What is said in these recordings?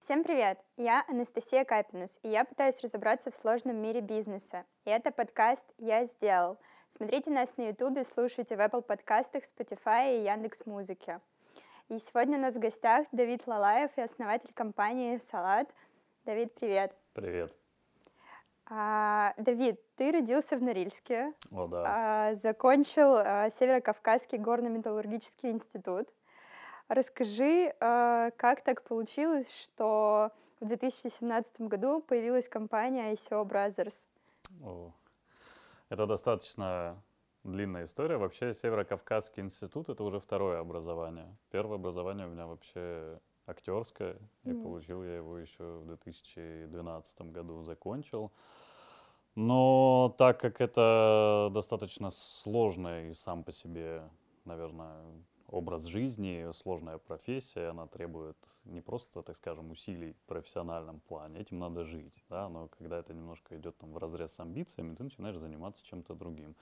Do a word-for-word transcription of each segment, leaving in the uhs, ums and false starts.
Всем привет! Я Анастасия Капинус, и я пытаюсь разобраться в сложном мире бизнеса. И это подкаст «Я сделал». Смотрите нас на Ютубе, слушайте в Apple подкастах, Spotify и Яндекс.Музыке. И сегодня у нас в гостях Давид Лалаев и основатель компании «Салат». Давид, привет! Привет. А, Давид, ты родился в Норильске, О, да. а, закончил а, Северо-Кавказский горно-металлургический институт. Расскажи, а, как так получилось, что в две тысячи семнадцатом году появилась компания ай си о Brothers? О, Это достаточно длинная история. Вообще, Северо-Кавказский институт — это уже второе образование. Первое образование у меня вообще актерское, и М. получил я его еще в две тысячи двенадцатом году, закончил. Но так как это достаточно сложный сам по себе, наверное, образ жизни, сложная профессия, она требует не просто, так скажем, усилий в профессиональном плане, этим надо жить, да, но когда это немножко идет там вразрез с амбициями, ты начинаешь заниматься чем-то другим.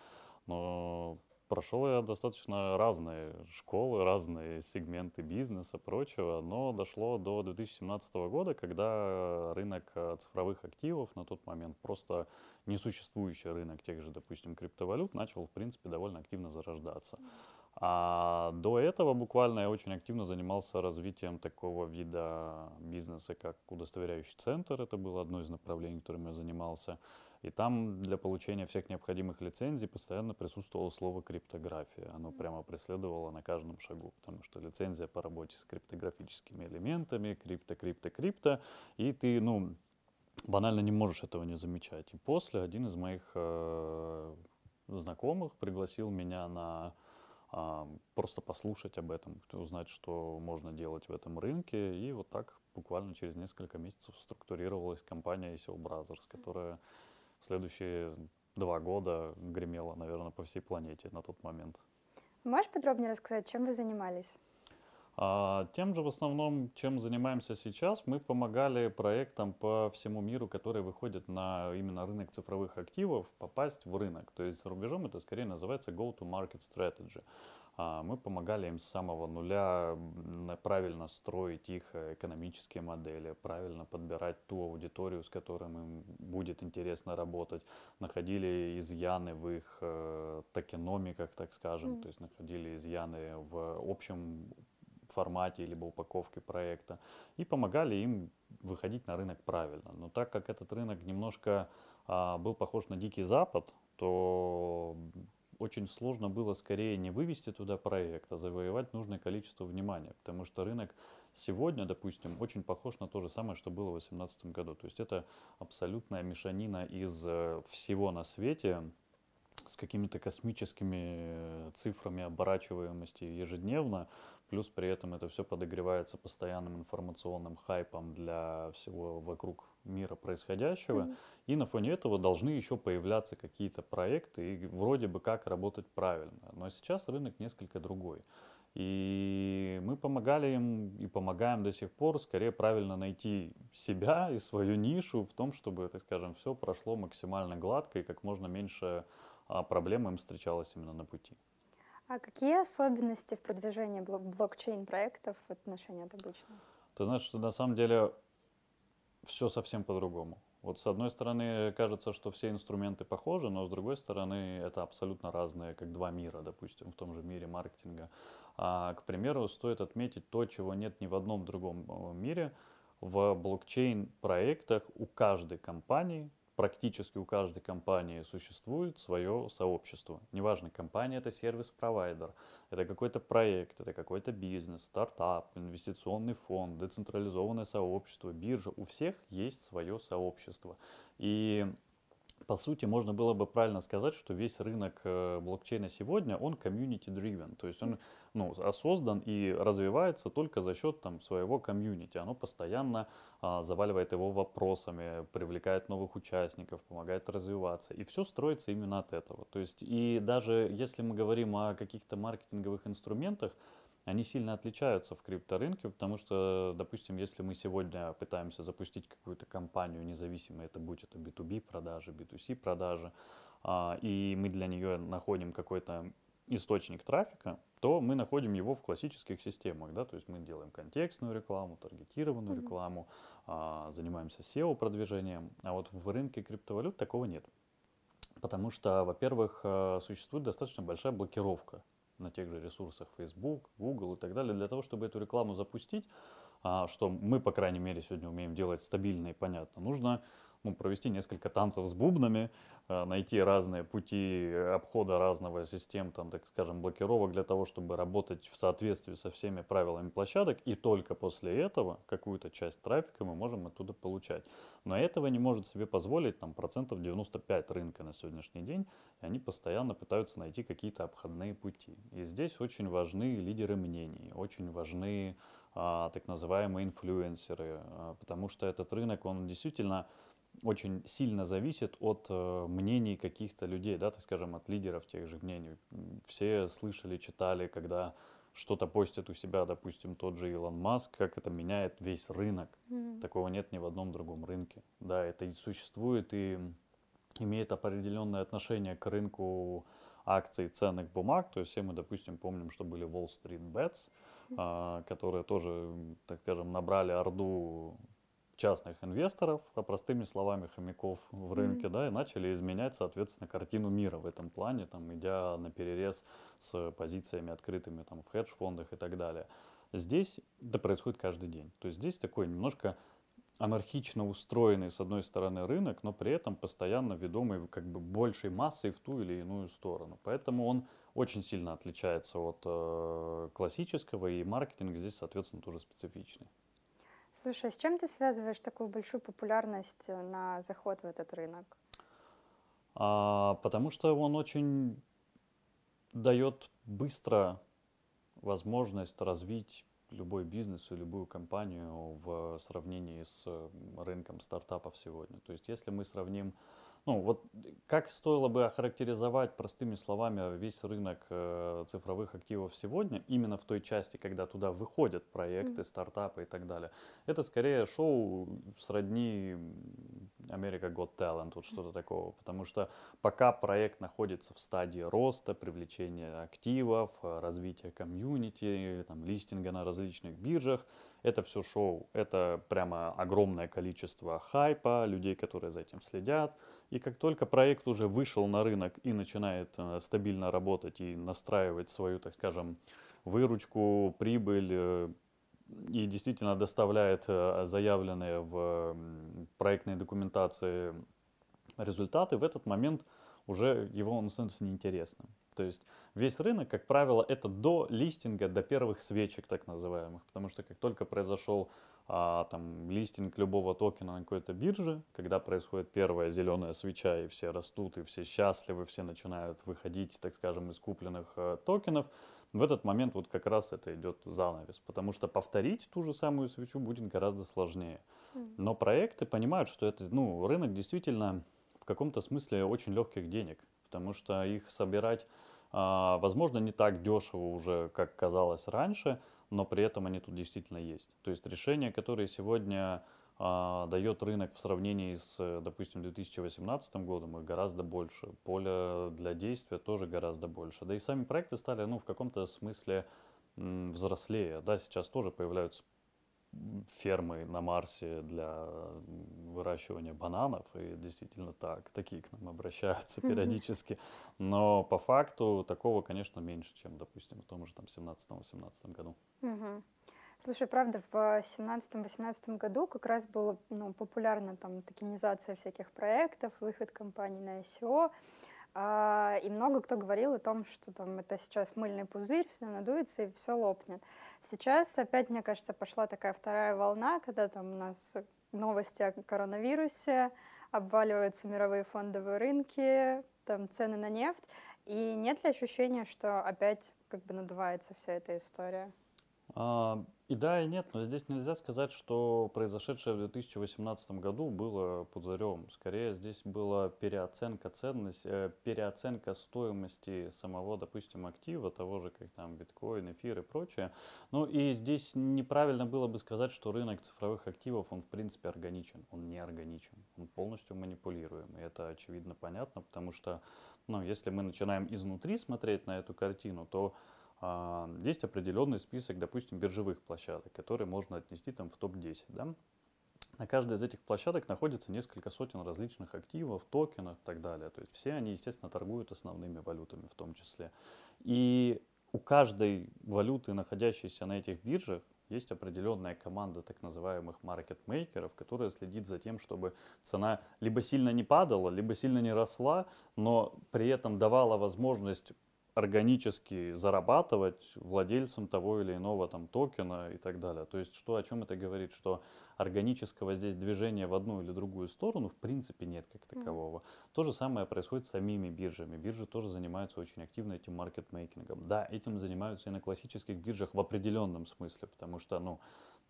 Но прошел я достаточно разные школы, разные сегменты бизнеса, прочего, но дошло до две тысячи семнадцатого года, когда рынок э, цифровых активов, на тот момент просто несуществующий рынок тех же, допустим, криптовалют, начал, в принципе, довольно активно зарождаться. А до этого буквально я очень активно занимался развитием такого вида бизнеса, как удостоверяющий центр. Это было одно из направлений, которым я занимался. И там для получения всех необходимых лицензий постоянно присутствовало слово криптография. Оно прямо преследовало на каждом шагу, потому что лицензия по работе с криптографическими элементами, крипто, крипто, крипто, и ты, ну, банально не можешь этого не замечать. И после один из моих э, знакомых пригласил меня на а, просто послушать об этом, узнать, что можно делать в этом рынке. И вот так буквально через несколько месяцев структурировалась компания ай си о Brothers, которая в следующие два года гремела, наверное, по всей планете на тот момент. Можешь подробнее рассказать, чем вы занимались? А, Тем же в основном, чем занимаемся сейчас, мы помогали проектам по всему миру, которые выходят на именно рынок цифровых активов, попасть в рынок. То есть за рубежом это скорее называется go-to-market strategy. А, Мы помогали им с самого нуля м, правильно строить их э, экономические модели, правильно подбирать ту аудиторию, с которой им будет интересно работать, находили изъяны в их э, токеномиках, так скажем, М. то есть находили изъяны в общем формате либо упаковке проекта и помогали им выходить на рынок правильно. Но так как этот рынок немножко а, был похож на Дикий Запад, то очень сложно было скорее не вывести туда проект, а завоевать нужное количество внимания, потому что рынок сегодня, допустим, очень похож на то же самое, что было в две тысячи восемнадцатом году. То есть это абсолютная мешанина из э, всего на свете, с какими-то космическими э, цифрами оборачиваемости ежедневно, плюс при этом это все подогревается постоянным информационным хайпом для всего вокруг мира происходящего, Мгм. и на фоне этого должны еще появляться какие-то проекты и вроде бы как работать правильно. Но сейчас рынок несколько другой. И мы помогали им и помогаем до сих пор скорее правильно найти себя и свою нишу в том, чтобы, так скажем, все прошло максимально гладко и как можно меньше а, проблем им встречалось именно на пути. А какие особенности в продвижении блок- блокчейн-проектов в отношении от обычного? Ты знаешь, что на самом деле все совсем по-другому. Вот с одной стороны кажется, что все инструменты похожи, но с другой стороны это абсолютно разные, как два мира, допустим, в том же мире маркетинга. А, к примеру, стоит отметить то, чего нет ни в одном другом э, мире. В блокчейн-проектах у каждой компании, практически у каждой компании существует свое сообщество. Неважно, компания — это сервис-провайдер, это какой-то проект, это какой-то бизнес, стартап, инвестиционный фонд, децентрализованное сообщество, биржа. У всех есть свое сообщество. И по сути, можно было бы правильно сказать, что весь рынок э, блокчейна сегодня, он community-driven, то есть он, ну, а создан и развивается только за счет там, своего комьюнити. Оно постоянно а, заваливает его вопросами, привлекает новых участников, помогает развиваться. И все строится именно от этого. То есть и даже если мы говорим о каких-то маркетинговых инструментах, они сильно отличаются в крипторынке, потому что, допустим, если мы сегодня пытаемся запустить какую-то компанию независимо, это будь это би ту би продажи, би ту си продажи, а, и мы для нее находим какой-то источник трафика, то мы находим его в классических системах, да, то есть мы делаем контекстную рекламу, таргетированную Мгм. рекламу, а, занимаемся сео-продвижением, а вот в рынке криптовалют такого нет. Потому что, во-первых, э, существует достаточно большая блокировка на тех же ресурсах Facebook, Google и так далее. Для того, чтобы эту рекламу запустить, а, что мы, по крайней мере, сегодня умеем делать стабильно и понятно, нужно ну, провести несколько танцев с бубнами, э, найти разные пути обхода разного систем, там, так скажем, блокировок для того, чтобы работать в соответствии со всеми правилами площадок, и только после этого какую-то часть трафика мы можем оттуда получать. Но этого не может себе позволить там, процентов девяносто пять рынка на сегодняшний день, и они постоянно пытаются найти какие-то обходные пути. И здесь очень важны лидеры мнений, очень важны а, так называемые инфлюенсеры, а, потому что этот рынок, он действительно очень сильно зависит от э, мнений каких-то людей, да, так скажем, от лидеров тех же мнений. М, Все слышали, читали, когда что-то постит у себя, допустим, тот же Илон Маск, как это меняет весь рынок. Мгм. Такого нет ни в одном другом рынке. Да, это и существует и имеет определенное отношение к рынку акций, ценных бумаг. То есть все мы, допустим, помним, что были Wall Street Bets, а, которые тоже, м, так скажем, набрали орду частных инвесторов, а простыми словами хомяков в Мгм. рынке, да, и начали изменять, соответственно, картину мира в этом плане, там, идя на перерез с позициями открытыми там, в хедж-фондах и так далее. Здесь это происходит каждый день. То есть здесь такой немножко анархично устроенный, с одной стороны, рынок, но при этом постоянно ведомый как бы большей массой в ту или иную сторону. Поэтому он очень сильно отличается от э, классического, и маркетинг здесь, соответственно, тоже специфичный. Слушай, а с чем ты связываешь такую большую популярность э, на заход в этот рынок? А, потому что он очень дает быстро возможность развить любой бизнес и любую компанию в сравнении с м, рынком стартапов сегодня. То есть если мы сравним, ну вот как стоило бы охарактеризовать простыми словами весь рынок э, цифровых активов сегодня, именно в той части, когда туда выходят Мгм. проекты, стартапы и так далее, это скорее шоу сродни America Got Talent, вот что-то такого, потому что пока проект находится в стадии роста, привлечения активов, э, развития комьюнити, там, листинга на различных биржах, это все шоу. Это прямо огромное количество хайпа, людей, которые за этим следят. И как только проект уже вышел на рынок и начинает э, стабильно работать и настраивать свою, так скажем, выручку, прибыль, э, и действительно доставляет э, заявленные в м, проектной документации результаты, в этот момент уже его он становится неинтересным. То есть весь рынок, как правило, это до листинга, до первых свечек так называемых. Потому что как только произошел а, там, листинг любого токена на какой-то бирже, когда происходит первая зеленая свеча, и все растут, и все счастливы, все начинают выходить, так скажем, из купленных э, токенов, в этот момент вот как раз это идет занавес. Потому что повторить ту же самую свечу будет гораздо сложнее. Мгм. Но проекты понимают, что это, ну, рынок действительно в каком-то смысле очень легких денег, потому что их собирать, а, возможно, не так дешево уже, как казалось раньше, но при этом они тут действительно есть. То есть решения, которые сегодня а, дает рынок в сравнении с, допустим, две тысячи восемнадцатым годом, их гораздо больше. Поле для действия тоже гораздо больше. Да и сами проекты стали, ну, в каком-то смысле м, взрослее. Да, сейчас тоже появляются фермы на Марсе для выращивания бананов, и действительно так, такие к нам обращаются периодически. Но по факту такого, конечно, меньше, чем, допустим, в том же там семнадцатом-восемнадцатом году. Мгм. Слушай, правда, в семнадцатом-восемнадцатом году как раз была ну, популярна там токенизация всяких проектов, выход компаний на ай си о. А, и много кто говорил о том, что там это сейчас мыльный пузырь, все надуется и все лопнет. Сейчас опять, мне кажется, пошла такая вторая волна, когда там у нас новости о коронавирусе, обваливаются мировые фондовые рынки, там цены на нефть. И нет ли ощущения, что опять как бы надувается вся эта история? А, и да, и нет, но здесь нельзя сказать, что произошедшее в две тысячи восемнадцатом году было пузырем. Скорее, здесь была переоценка ценности, э, переоценка стоимости самого, допустим, актива, того же, как там биткоин, эфир и прочее. Ну и здесь неправильно было бы сказать, что рынок цифровых активов, он в принципе органичен. Он не органичен, он полностью манипулируем. И это очевидно понятно, потому что ну, если мы начинаем изнутри смотреть на эту картину, то а, есть определенный список, допустим, биржевых площадок, которые можно отнести там в топ десять, да? На каждой из этих площадок находится несколько сотен различных активов, токенов и так далее. То есть все они, естественно, торгуют основными валютами в том числе. И у каждой валюты, находящейся на этих биржах, есть определенная команда так называемых маркетмейкеров, которая следит за тем, чтобы цена либо сильно не падала, либо сильно не росла, но при этом давала возможность органически зарабатывать владельцам того или иного там токена и так далее. То есть что, о чем это говорит? Что органического здесь движения в одну или другую сторону в принципе нет как такового. Mm. То же самое происходит с самими биржами. Биржи тоже занимаются очень активно этим маркетмейкингом. Да, этим занимаются и на классических биржах в определенном смысле, потому что, ну,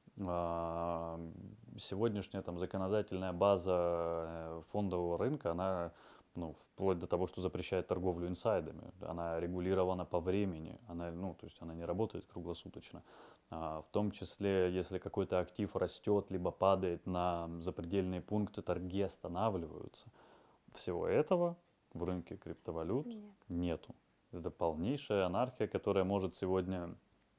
сегодняшняя там законодательная база фондового рынка, она, ну, вплоть до того, что запрещает торговлю инсайдами, она регулирована по времени, она, ну, то есть она не работает круглосуточно. А, в том числе, если какой-то актив растет, либо падает на запредельные пункты, торги останавливаются. Всего этого в рынке криптовалют Нет. нету. Это полнейшая анархия, которая может сегодня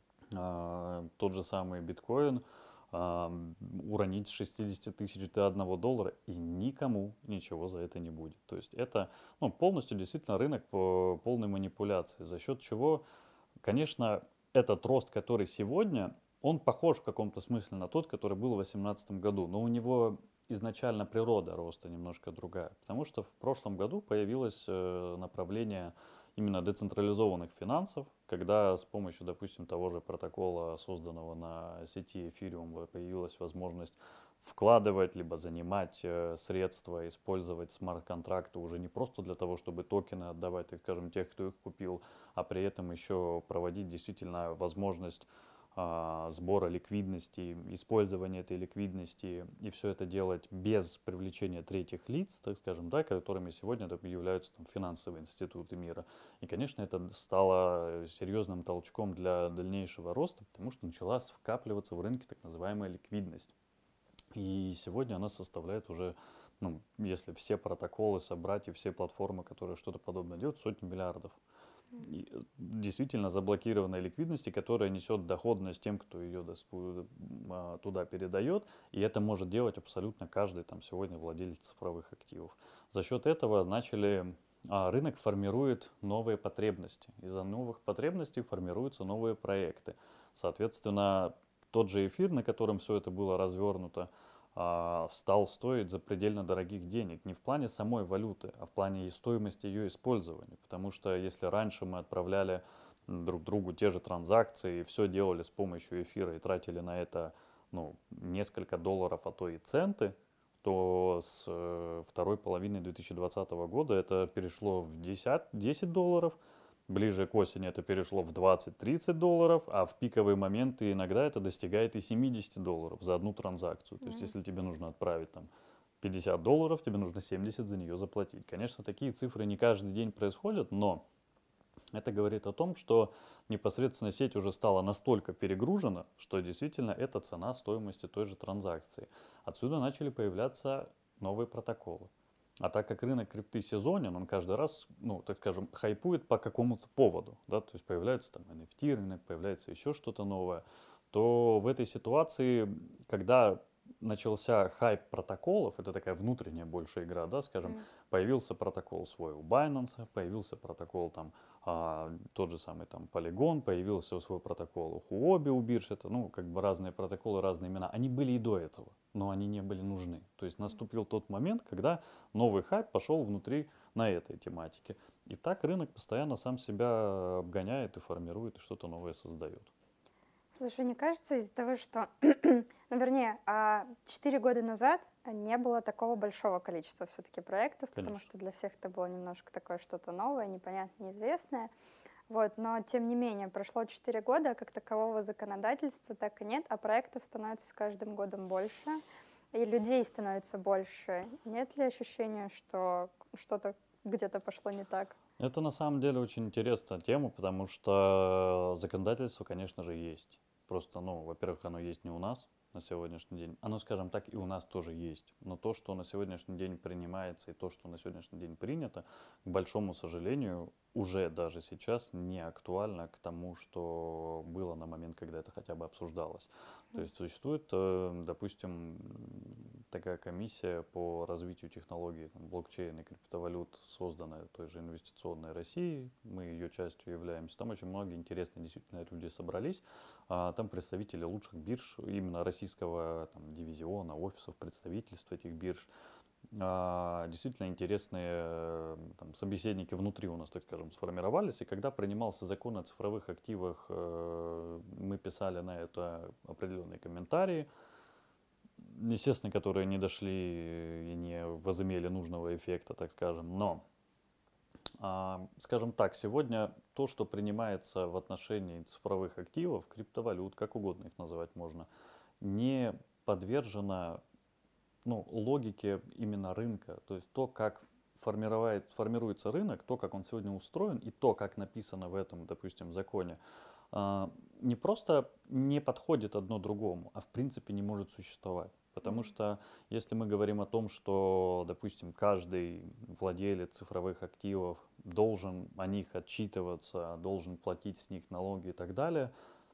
а, тот же самый биткоин а, уронить с шестидесяти тысяч до одного доллара, и никому ничего за это не будет. То есть это, ну, полностью действительно рынок по полной манипуляции, за счет чего, конечно, этот рост, который сегодня, он похож в каком-то смысле на тот, который был в две тысячи восемнадцатом году, но у него изначально природа роста немножко другая, потому что в прошлом году появилось направление именно децентрализованных финансов, когда с помощью, допустим, того же протокола, созданного на сети Ethereum, появилась возможность вкладывать, либо занимать средства, использовать смарт-контракты уже не просто для того, чтобы токены отдавать, так скажем, тех, кто их купил, а при этом еще проводить действительно возможность а, сбора ликвидности, использования этой ликвидности, и все это делать без привлечения третьих лиц, так скажем, да, которыми сегодня являются там, финансовые институты мира. И, конечно, это стало серьезным толчком для дальнейшего роста, потому что начала вкапливаться в рынке так называемая ликвидность. И сегодня она составляет уже, ну, если все протоколы собрать и все платформы, которые что-то подобное делают, сотни миллиардов. И действительно заблокированной ликвидности, которая несет доходность тем, кто ее туда передает, и это может делать абсолютно каждый там сегодня владелец цифровых активов. За счет этого начали а, рынок формирует новые потребности. Из-за новых потребностей формируются новые проекты. Соответственно, тот же эфир, на котором все это было развернуто, стал стоить запредельно дорогих денег. Не в плане самой валюты, а в плане стоимости ее использования. Потому что если раньше мы отправляли друг другу те же транзакции и все делали с помощью эфира и тратили на это, ну, несколько долларов, а то и центы, то с второй половины две тысячи двадцатого года это перешло в десять долларов. Ближе к осени это перешло в двадцать-тридцать долларов, а в пиковые моменты иногда это достигает и семьдесят долларов за одну транзакцию. То есть, если тебе нужно отправить там пятьдесят долларов, тебе нужно семьдесят за нее заплатить. Конечно, такие цифры не каждый день происходят, но это говорит о том, что непосредственно сеть уже стала настолько перегружена, что действительно это цена стоимости той же транзакции. Отсюда начали появляться новые протоколы. А так как рынок крипты сезонен, он каждый раз, ну, так скажем, хайпует по какому-то поводу, да, то есть появляется там эн эф ти рынок, появляется еще что-то новое, то в этой ситуации, когда начался хайп протоколов, это такая внутренняя больше игра, да, скажем, mm. появился протокол свой у Binance, появился протокол там, а, тот же самый там Polygon, появился свой протокол у Huobi, у бирж, это, ну, как бы разные протоколы, разные имена, они были и до этого, но они не были нужны. То есть наступил тот момент, когда новый хайп пошел внутри на этой тематике. И так рынок постоянно сам себя обгоняет и формирует, и что-то новое создает. Слушай, мне кажется, из-за того, что, ну, вернее, четыре года назад не было такого большого количества все-таки проектов, Конечно. Потому что для всех это было немножко такое что-то новое, непонятное, неизвестное. Вот, но, тем не менее, прошло четыре года, как такового законодательства так и нет, а проектов становится с каждым годом больше, и людей становится больше. Нет ли ощущения, что что-то где-то пошло не так? Это на самом деле очень интересная тема, потому что законодательство, конечно же, есть. Просто, ну, во-первых, оно есть не у нас, на сегодняшний день, оно, скажем так, и у нас тоже есть. Но то, что на сегодняшний день принимается и то, что на сегодняшний день принято, к большому сожалению, уже даже сейчас не актуально к тому, что было на момент, когда это хотя бы обсуждалось. То есть существует, э, допустим, такая комиссия по развитию технологий там, блокчейна и криптовалют, созданная той же инвестиционной Россией. Мы ее частью являемся. Там очень многие интересные действительно люди собрались. А, Там представители лучших бирж, именно российского там, дивизиона, офисов, представительств этих бирж. А, Действительно интересные э, там, собеседники внутри у нас, так скажем, сформировались. И когда принимался закон о цифровых активах, э, мы писали на это определенные комментарии, естественно, которые не дошли и не возымели нужного эффекта, так скажем. Но а, скажем так, сегодня то, что принимается в отношении цифровых активов, криптовалют, как угодно их называть можно, не подвержено ну, логике именно рынка. То есть то, как формирует, формируется рынок, то, как он сегодня устроен, и то, как написано в этом, допустим, законе, а, не просто не подходит одно другому, а в принципе не может существовать. Потому что если мы говорим о том, что, допустим, каждый владелец цифровых активов должен о них отчитываться, должен платить с них налоги и так далее,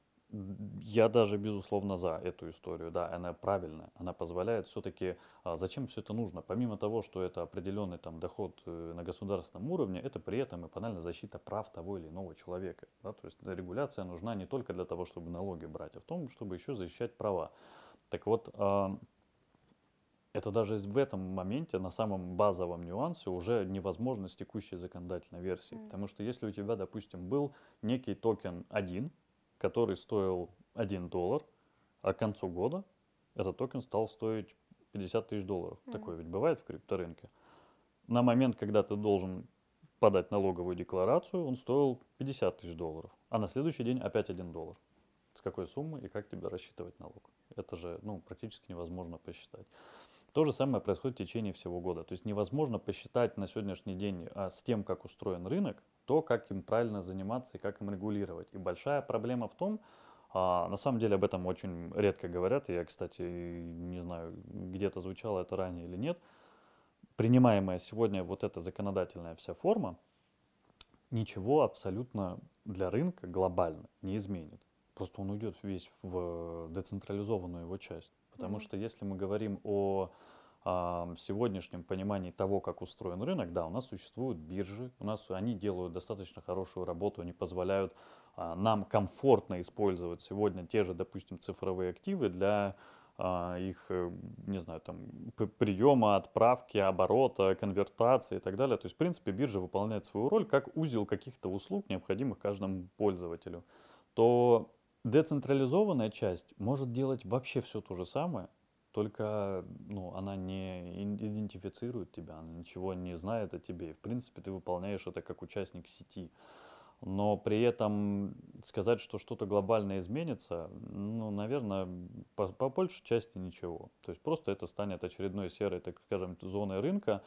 я даже, безусловно, за эту историю. Да, она правильная. Она позволяет все-таки... а, Зачем все это нужно? Помимо того, что это определенный там, доход э, на государственном уровне, это при этом и банально защита прав того или иного человека. Да? То есть регуляция нужна не только для того, чтобы налоги брать, а в том, чтобы еще защищать права. Так вот, а, это даже в этом моменте, на самом базовом нюансе, уже невозможно с текущей законодательной версией. М. Потому что если у тебя, допустим, был некий токен один, который стоил один доллар, а к концу года этот токен стал стоить пятьдесят тысяч долларов. Мгм. Такое ведь бывает в крипторынке. На момент, когда ты должен подать налоговую декларацию, он стоил пятьдесят тысяч долларов. А на следующий день опять один доллар. С какой суммы и как тебе рассчитывать налог? Это же ну, практически невозможно посчитать. То же самое происходит в течение всего года. То есть невозможно посчитать на сегодняшний день а, с тем, как устроен рынок, то, как им правильно заниматься и как им регулировать. И большая проблема в том, а, на самом деле об этом очень редко говорят. Я, кстати, не знаю, где-то звучало это ранее или нет. Принимаемая сегодня вот эта законодательная вся форма ничего абсолютно для рынка глобально не изменит. Просто он уйдет весь в децентрализованную его часть. Потому Мгм. что если мы говорим о а, сегодняшнем понимании того, как устроен рынок, да, у нас существуют биржи, у нас они делают достаточно хорошую работу, они позволяют а, нам комфортно использовать сегодня те же, допустим, цифровые активы для а, их, э, не знаю, там, п- приема, отправки, оборота, конвертации и так далее. То есть, в принципе, биржа выполняет свою роль как узел каких-то услуг, необходимых каждому пользователю. То децентрализованная часть может делать вообще все то же самое, только ну, она не идентифицирует тебя, она ничего не знает о тебе. И, в принципе, ты выполняешь это как участник сети. Но при этом сказать, что что-то глобально изменится, ну, наверное, по, по большей части ничего. То есть просто это станет очередной серой, так скажем, зоной рынка.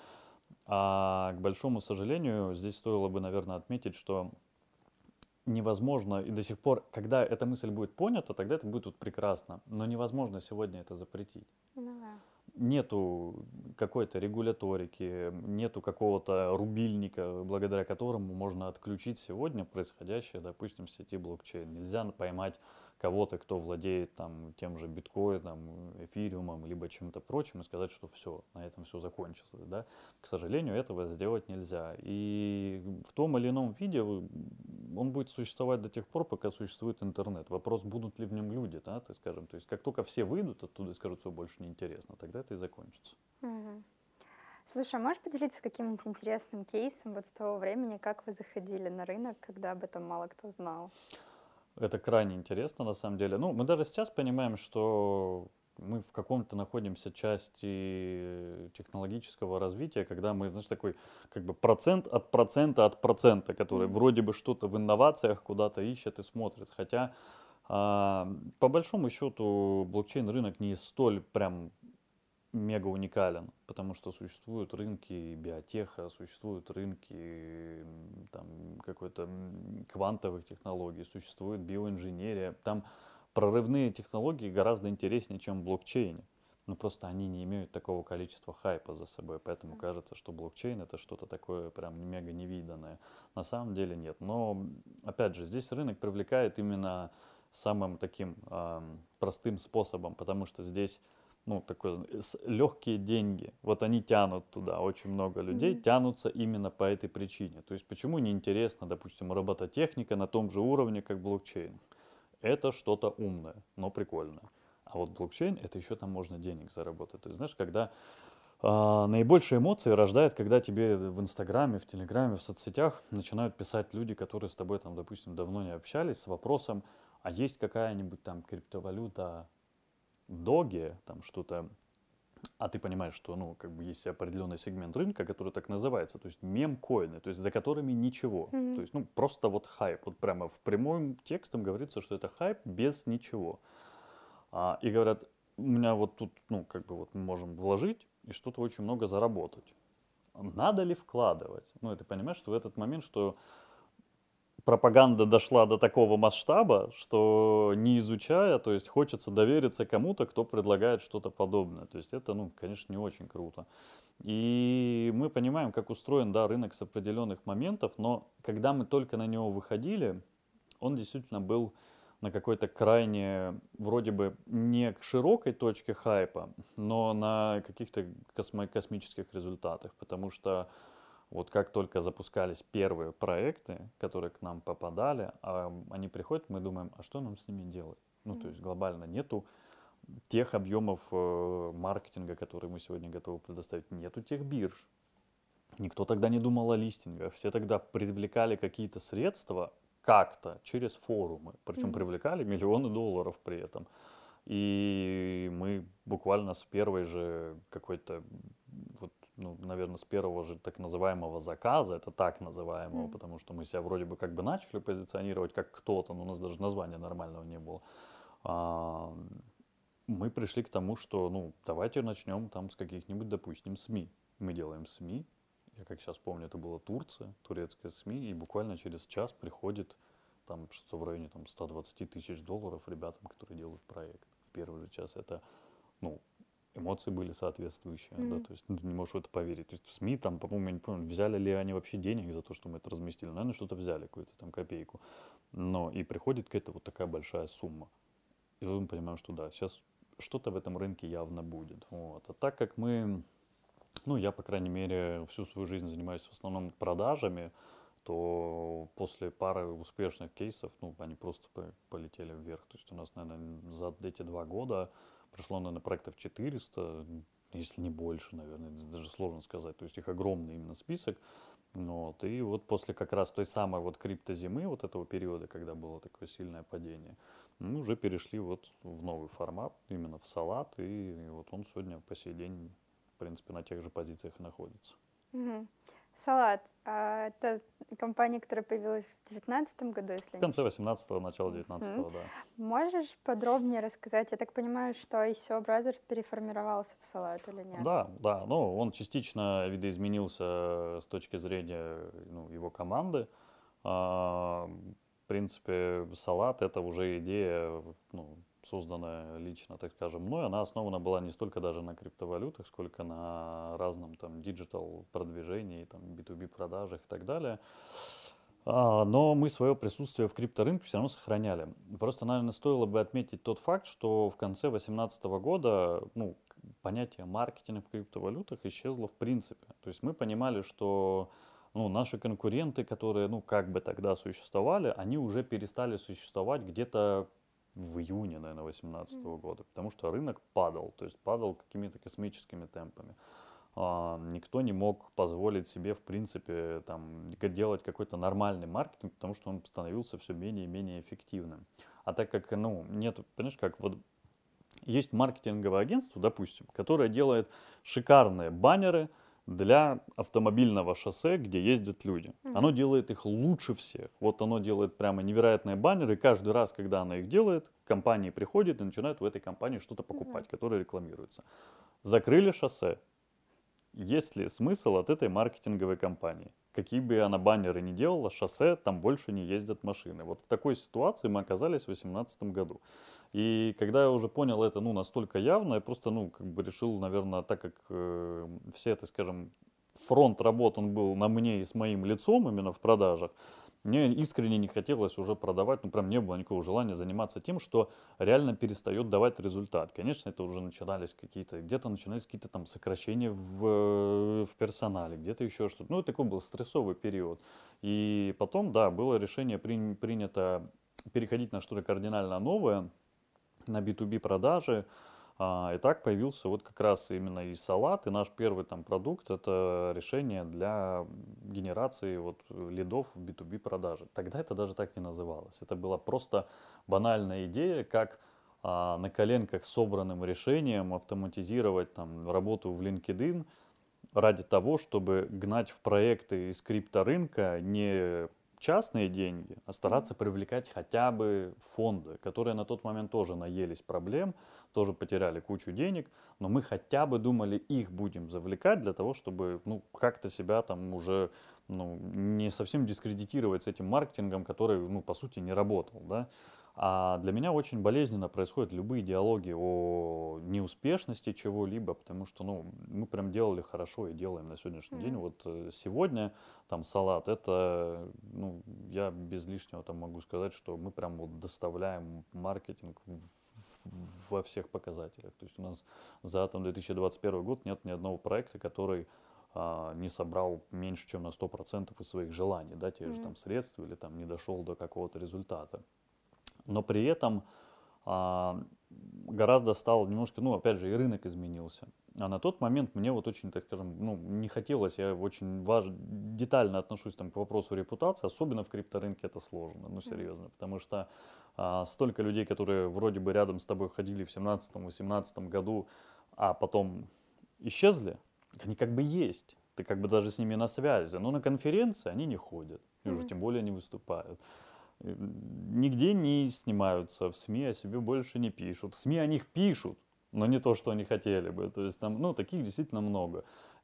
А к большому сожалению, здесь стоило бы, наверное, отметить, что невозможно, и до сих пор, когда эта мысль будет понята, тогда это будет вот прекрасно. Но невозможно сегодня это запретить. Ну да. Нету какой-то регуляторики, нету какого-то рубильника, благодаря которому можно отключить сегодня происходящее, допустим, в сети блокчейн. Нельзя поймать кого-то, кто владеет там, тем же биткоином, эфириумом, либо чем-то прочим, и сказать, что все, на этом все закончилось. Да? К сожалению, этого сделать нельзя. И в том или ином виде он будет существовать до тех пор, пока существует интернет. Вопрос, будут ли в нем люди, да, так скажем. То есть, как только все выйдут оттуда и скажут, все больше неинтересно, тогда это и закончится. Мгм. Слушай, а можешь поделиться каким-нибудь интересным кейсом вот с того времени, как вы заходили на рынок, когда об этом мало кто знал? Это крайне интересно, на самом деле. Ну, мы даже сейчас понимаем, что мы в каком-то находимся части технологического развития, когда мы, знаешь, такой как бы процент от процента от процента, который Мгм. вроде бы что-то в инновациях куда-то ищет и смотрит. Хотя, а, по большому счету, блокчейн-рынок не столь прям мега уникален, потому что существуют рынки биотеха, существуют рынки м, там, какой-то м, квантовых технологий, существует биоинженерия. Там прорывные технологии гораздо интереснее, чем в блокчейне. Но просто они не имеют такого количества хайпа за собой, поэтому кажется, что блокчейн это что-то такое прям мега невиданное. На самом деле нет. Но, опять же, здесь рынок привлекает именно самым таким э, простым способом, потому что здесь ну, такой, легкие деньги, вот они тянут туда, очень много людей mm-hmm. тянутся именно по этой причине. То есть почему неинтересно, допустим, робототехника на том же уровне, как блокчейн? Это что-то умное, но прикольное. А вот блокчейн, это еще там можно денег заработать. То есть, знаешь, когда э, наибольшие эмоции рождает, когда тебе в Инстаграме, в Телеграме, в соцсетях начинают писать люди, которые с тобой, там, допустим, давно не общались, с вопросом, а есть какая-нибудь там криптовалюта Доги, там что-то, а ты понимаешь, что, ну, как бы есть определенный сегмент рынка, который так называется, то есть мемкоины, то есть за которыми ничего, mm-hmm. то есть, ну, просто вот хайп, вот прямо в прямом текстом говорится, что это хайп без ничего. А, и говорят, у меня вот тут, ну, как бы вот мы можем вложить и что-то очень много заработать. Надо ли вкладывать? Ну, и ты понимаешь, что в этот момент, что пропаганда дошла до такого масштаба, что не изучая, то есть хочется довериться кому-то, кто предлагает что-то подобное. То есть это, ну, конечно, не очень круто. И мы понимаем, как устроен, да, рынок с определенных моментов, но когда мы только на него выходили, он действительно был на какой-то крайне, вроде бы, не к широкой точке хайпа, но на каких-то космо- космических результатах, потому что вот как только запускались первые проекты, которые к нам попадали, а они приходят, мы думаем, а что нам с ними делать? Ну, mm-hmm. то есть глобально нету тех объемов э, маркетинга, которые мы сегодня готовы предоставить, нету тех бирж. Никто тогда не думал о листингах, все тогда привлекали какие-то средства как-то через форумы, причем mm-hmm. привлекали миллионы долларов при этом. И мы буквально с первой же какой-то, вот, ну, наверное, с первого же так называемого заказа, это так называемого, mm. потому что мы себя вроде бы как бы начали позиционировать как кто-то, но у нас даже названия нормального не было. А, мы пришли к тому, что, ну, давайте начнем там с каких-нибудь, допустим, СМИ. Мы делаем СМИ, я как сейчас помню, это была Турция, турецкая СМИ, и буквально через час приходит там что-то в районе там, сто двадцать тысяч долларов ребятам, которые делают проект. В первый же час это, ну, эмоции были соответствующие, mm-hmm. да, то есть ты не можешь в это поверить. То есть в СМИ там, по-моему, я не помню, взяли ли они вообще денег за то, что мы это разместили. Наверное, что-то взяли, какую-то там копейку. Но и приходит какая-то вот такая большая сумма. И мы понимаем, что да, сейчас что-то в этом рынке явно будет. Вот. А так как мы, ну, я, по крайней мере, всю свою жизнь занимаюсь в основном продажами, то после пары успешных кейсов, ну, они просто полетели вверх. То есть у нас, наверное, за эти два года пришло, наверное, проектов четыреста, если не больше, наверное, даже сложно сказать. То есть их огромный именно список. Вот. И вот после как раз той самой вот криптозимы, вот этого периода, когда было такое сильное падение, мы уже перешли вот в новый формат, именно в салат. И, и вот он сегодня по сей день, в принципе, на тех же позициях находится. Угу. Салат. А это компания, которая появилась в две тысячи девятнадцатом году, если В конце восемнадцатого, начало девятнадцатого, mm-hmm. да. Можешь подробнее рассказать? Я так понимаю, что ай си о Brothers переформировался в салат или нет? Да, да. Ну, он частично видоизменился с точки зрения, ну, его команды. А, в принципе, салат — это уже идея, ну, созданная лично, так скажем, мной. Она основана была не столько даже на криптовалютах, сколько на разном там диджитал продвижении, там би ту би продажах и так далее. А, но мы свое присутствие в крипторынке все равно сохраняли. Просто, наверное, стоило бы отметить тот факт, что в конце две тысячи восемнадцатого года, ну, понятие маркетинга в криптовалютах исчезло в принципе. То есть мы понимали, что, ну, наши конкуренты, которые, ну, как бы тогда существовали, они уже перестали существовать где-то в июне, наверное, две тысячи восемнадцатого года, потому что рынок падал, то есть падал какими-то космическими темпами. А, никто не мог позволить себе, в принципе, там, делать какой-то нормальный маркетинг, потому что он становился все менее и менее эффективным. А так как, ну, нет, понимаешь, как вот есть маркетинговое агентство, допустим, которое делает шикарные баннеры для автомобильного шоссе, где ездят люди. Mm-hmm. Оно делает их лучше всех. Вот оно делает прямо невероятные баннеры, и каждый раз, когда оно их делает, компании приходят и начинают в этой компании что-то покупать, mm-hmm. которое рекламируется. Закрыли шоссе. Есть ли смысл от этой маркетинговой кампании? какие бы она баннеры ни делала, шоссе, там больше не ездят машины. Вот в такой ситуации мы оказались в две тысячи восемнадцатом году. И когда я уже понял это, ну, настолько явно, я просто, ну, как бы решил, наверное, так как э, все, так скажем, фронт работ, он был на мне и с моим лицом именно в продажах, мне искренне не хотелось уже продавать, ну, прям не было никакого желания заниматься тем, что реально перестает давать результат. Конечно, это уже начинались какие-то, где-то начинались какие-то там сокращения в, в персонале, где-то еще что-то. Ну, такой был стрессовый период. И потом, да, было решение при, принято переходить на что-то кардинально новое, на би ту би продажи. А, и так появился вот как раз именно и салат, и наш первый там продукт — это решение для генерации вот лидов в би ту би продажи. Тогда это даже так не называлось. Это была просто банальная идея, как а, на коленках собранным решением автоматизировать там работу в LinkedIn ради того, чтобы гнать в проекты из крипторынка не частные деньги, а стараться привлекать хотя бы фонды, которые на тот момент тоже наелись проблем, тоже потеряли кучу денег, но мы хотя бы думали, их будем завлекать для того, чтобы ну, как-то себя там уже ну, не совсем дискредитировать с этим маркетингом, который, ну, по сути, не работал, да. А для меня очень болезненно происходят любые диалоги о неуспешности чего-либо, потому что, ну, мы прям делали хорошо и делаем на сегодняшний день. Мгм. Вот э, сегодня там салат, это, ну, я без лишнего там могу сказать, что мы прям вот доставляем маркетинг в- в- во всех показателях. То есть у нас за там две тысячи двадцать первый год нет ни одного проекта, который а, не собрал меньше, чем на сто процентов из своих желаний, да, те же Мгм. там средств или там не дошел до какого-то результата. Но при этом а, гораздо стало немножко, ну, опять же, и рынок изменился. А на тот момент мне вот очень, так скажем, ну, не хотелось, я очень важ... детально отношусь там, к вопросу репутации, особенно в крипторынке это сложно, ну, Мгм. серьезно, потому что а, столько людей, которые вроде бы рядом с тобой ходили в семнадцатом-восемнадцатом году, а потом исчезли, они как бы есть, ты как бы даже с ними на связи, но на конференции они не ходят, и уже Мгм. тем более не выступают. Э, Нигде не снимаются, в СМИ о себе больше не пишут. В СМИ о них пишут, но не то, что они хотели бы. То есть там, ну, таких действительно много.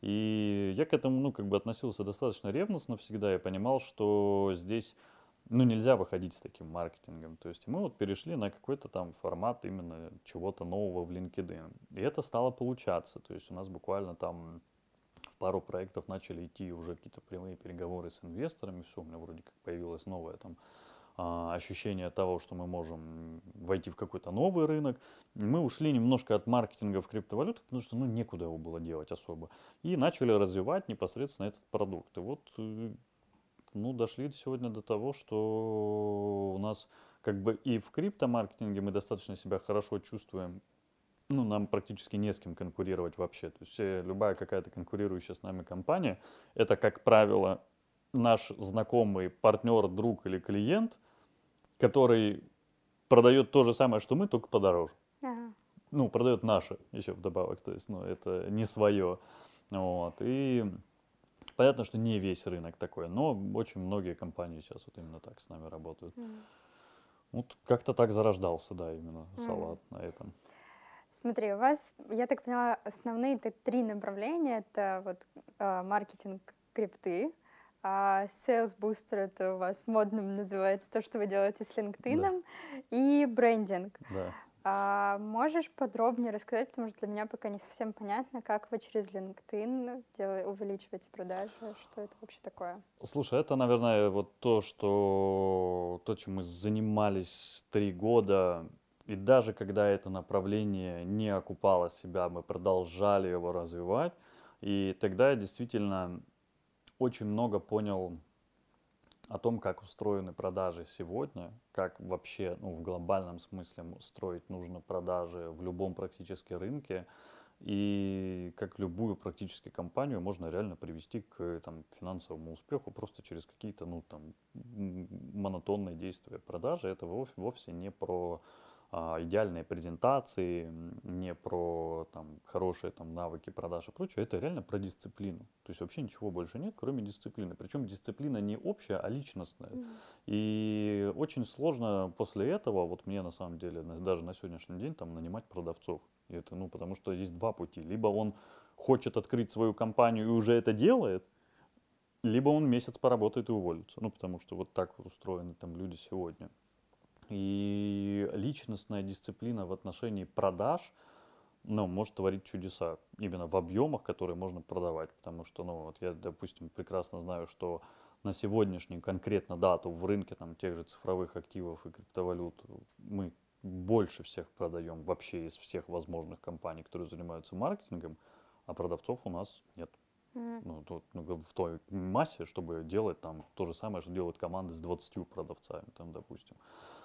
И я к этому, ну, как бы относился достаточно ревностно всегда. Я понимал, что здесь, ну, нельзя выходить с таким маркетингом. То есть мы вот перешли на какой-то там формат именно чего-то нового в LinkedIn. И это стало получаться. То есть у нас буквально там в пару проектов начали идти уже какие-то прямые переговоры с инвесторами. Все, у меня вроде как появилась новая там а, ощущение того, что мы можем войти в какой-то новый рынок. Мы ушли немножко от маркетинга в криптовалютах, потому что ну, некуда его было делать особо. И начали развивать непосредственно этот продукт. И вот э, ну, дошли сегодня до того, что у нас как бы и в криптомаркетинге мы достаточно себя хорошо чувствуем. Ну, нам практически не с кем конкурировать вообще. То есть э, любая какая-то конкурирующая с нами компания, это, как правило, наш знакомый партнер, друг или клиент, который продает то же самое, что мы, только подороже. Ага. Ну, продает наше еще вдобавок, то есть, ну, это не свое. Вот. И понятно, что не весь рынок такой, но очень многие компании сейчас вот именно так с нами работают. Мгм. Вот как-то так зарождался, да, именно Мгм. салат на этом. Смотри, у вас, я так поняла, основные т- три направления. Это вот а, маркетинг крипты, а, Sales Booster — это у вас модным называется то, что вы делаете с Да, LinkedIn, и брендинг. да. А можешь подробнее рассказать, потому что для меня пока не совсем понятно, как вы через LinkedIn дела- увеличиваете продажи, что это вообще такое? Слушай, это, наверное, вот то, что то, чем мы занимались три года, и даже когда это направление не окупало себя, мы продолжали его развивать. И тогда я действительно очень много понял о том, как устроены продажи сегодня, как вообще, ну, в глобальном смысле строить нужно продажи в любом практически рынке, и как любую практически компанию можно реально привести к там, финансовому успеху просто через какие-то ну, там, м, монотонные действия. Продажи — это вов- вовсе не про а, идеальные презентации, м, не про там, хорошие там, навыки продаж и прочее. Это реально про дисциплину. То есть вообще ничего больше нет, кроме дисциплины. Причем дисциплина не общая, а личностная. Мгм. И очень сложно после этого, вот мне на самом деле, на- даже на сегодняшний день, там, нанимать продавцов. И это, ну, потому что есть два пути. Либо он хочет открыть свою компанию и уже это делает, либо он месяц поработает и уволится. Ну, потому что вот так вот устроены там люди сегодня. И личностная дисциплина в отношении продаж, ну, может творить чудеса именно в объемах, которые можно продавать. Потому что, ну, вот я, допустим, прекрасно знаю, что на сегодняшнюю конкретно дату в рынке там, тех же цифровых активов и криптовалют мы больше всех продаем вообще из всех возможных компаний, которые занимаются маркетингом, а продавцов у нас нет. Мгм. Ну, тут, ну, в той массе, чтобы делать там то же самое, что делают команды с двадцатью продавцами, там, допустим.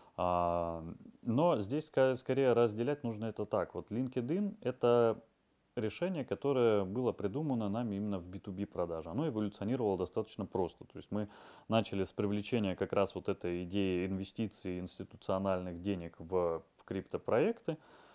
А, но здесь ска- скорее разделять нужно это так. Вот LinkedIn — это решение, которое было придумано нами именно в би ту би продаже. Оно эволюционировало достаточно просто. То есть мы начали с привлечения как раз вот этой идеи инвестиций институциональных денег в, в криптопроекты.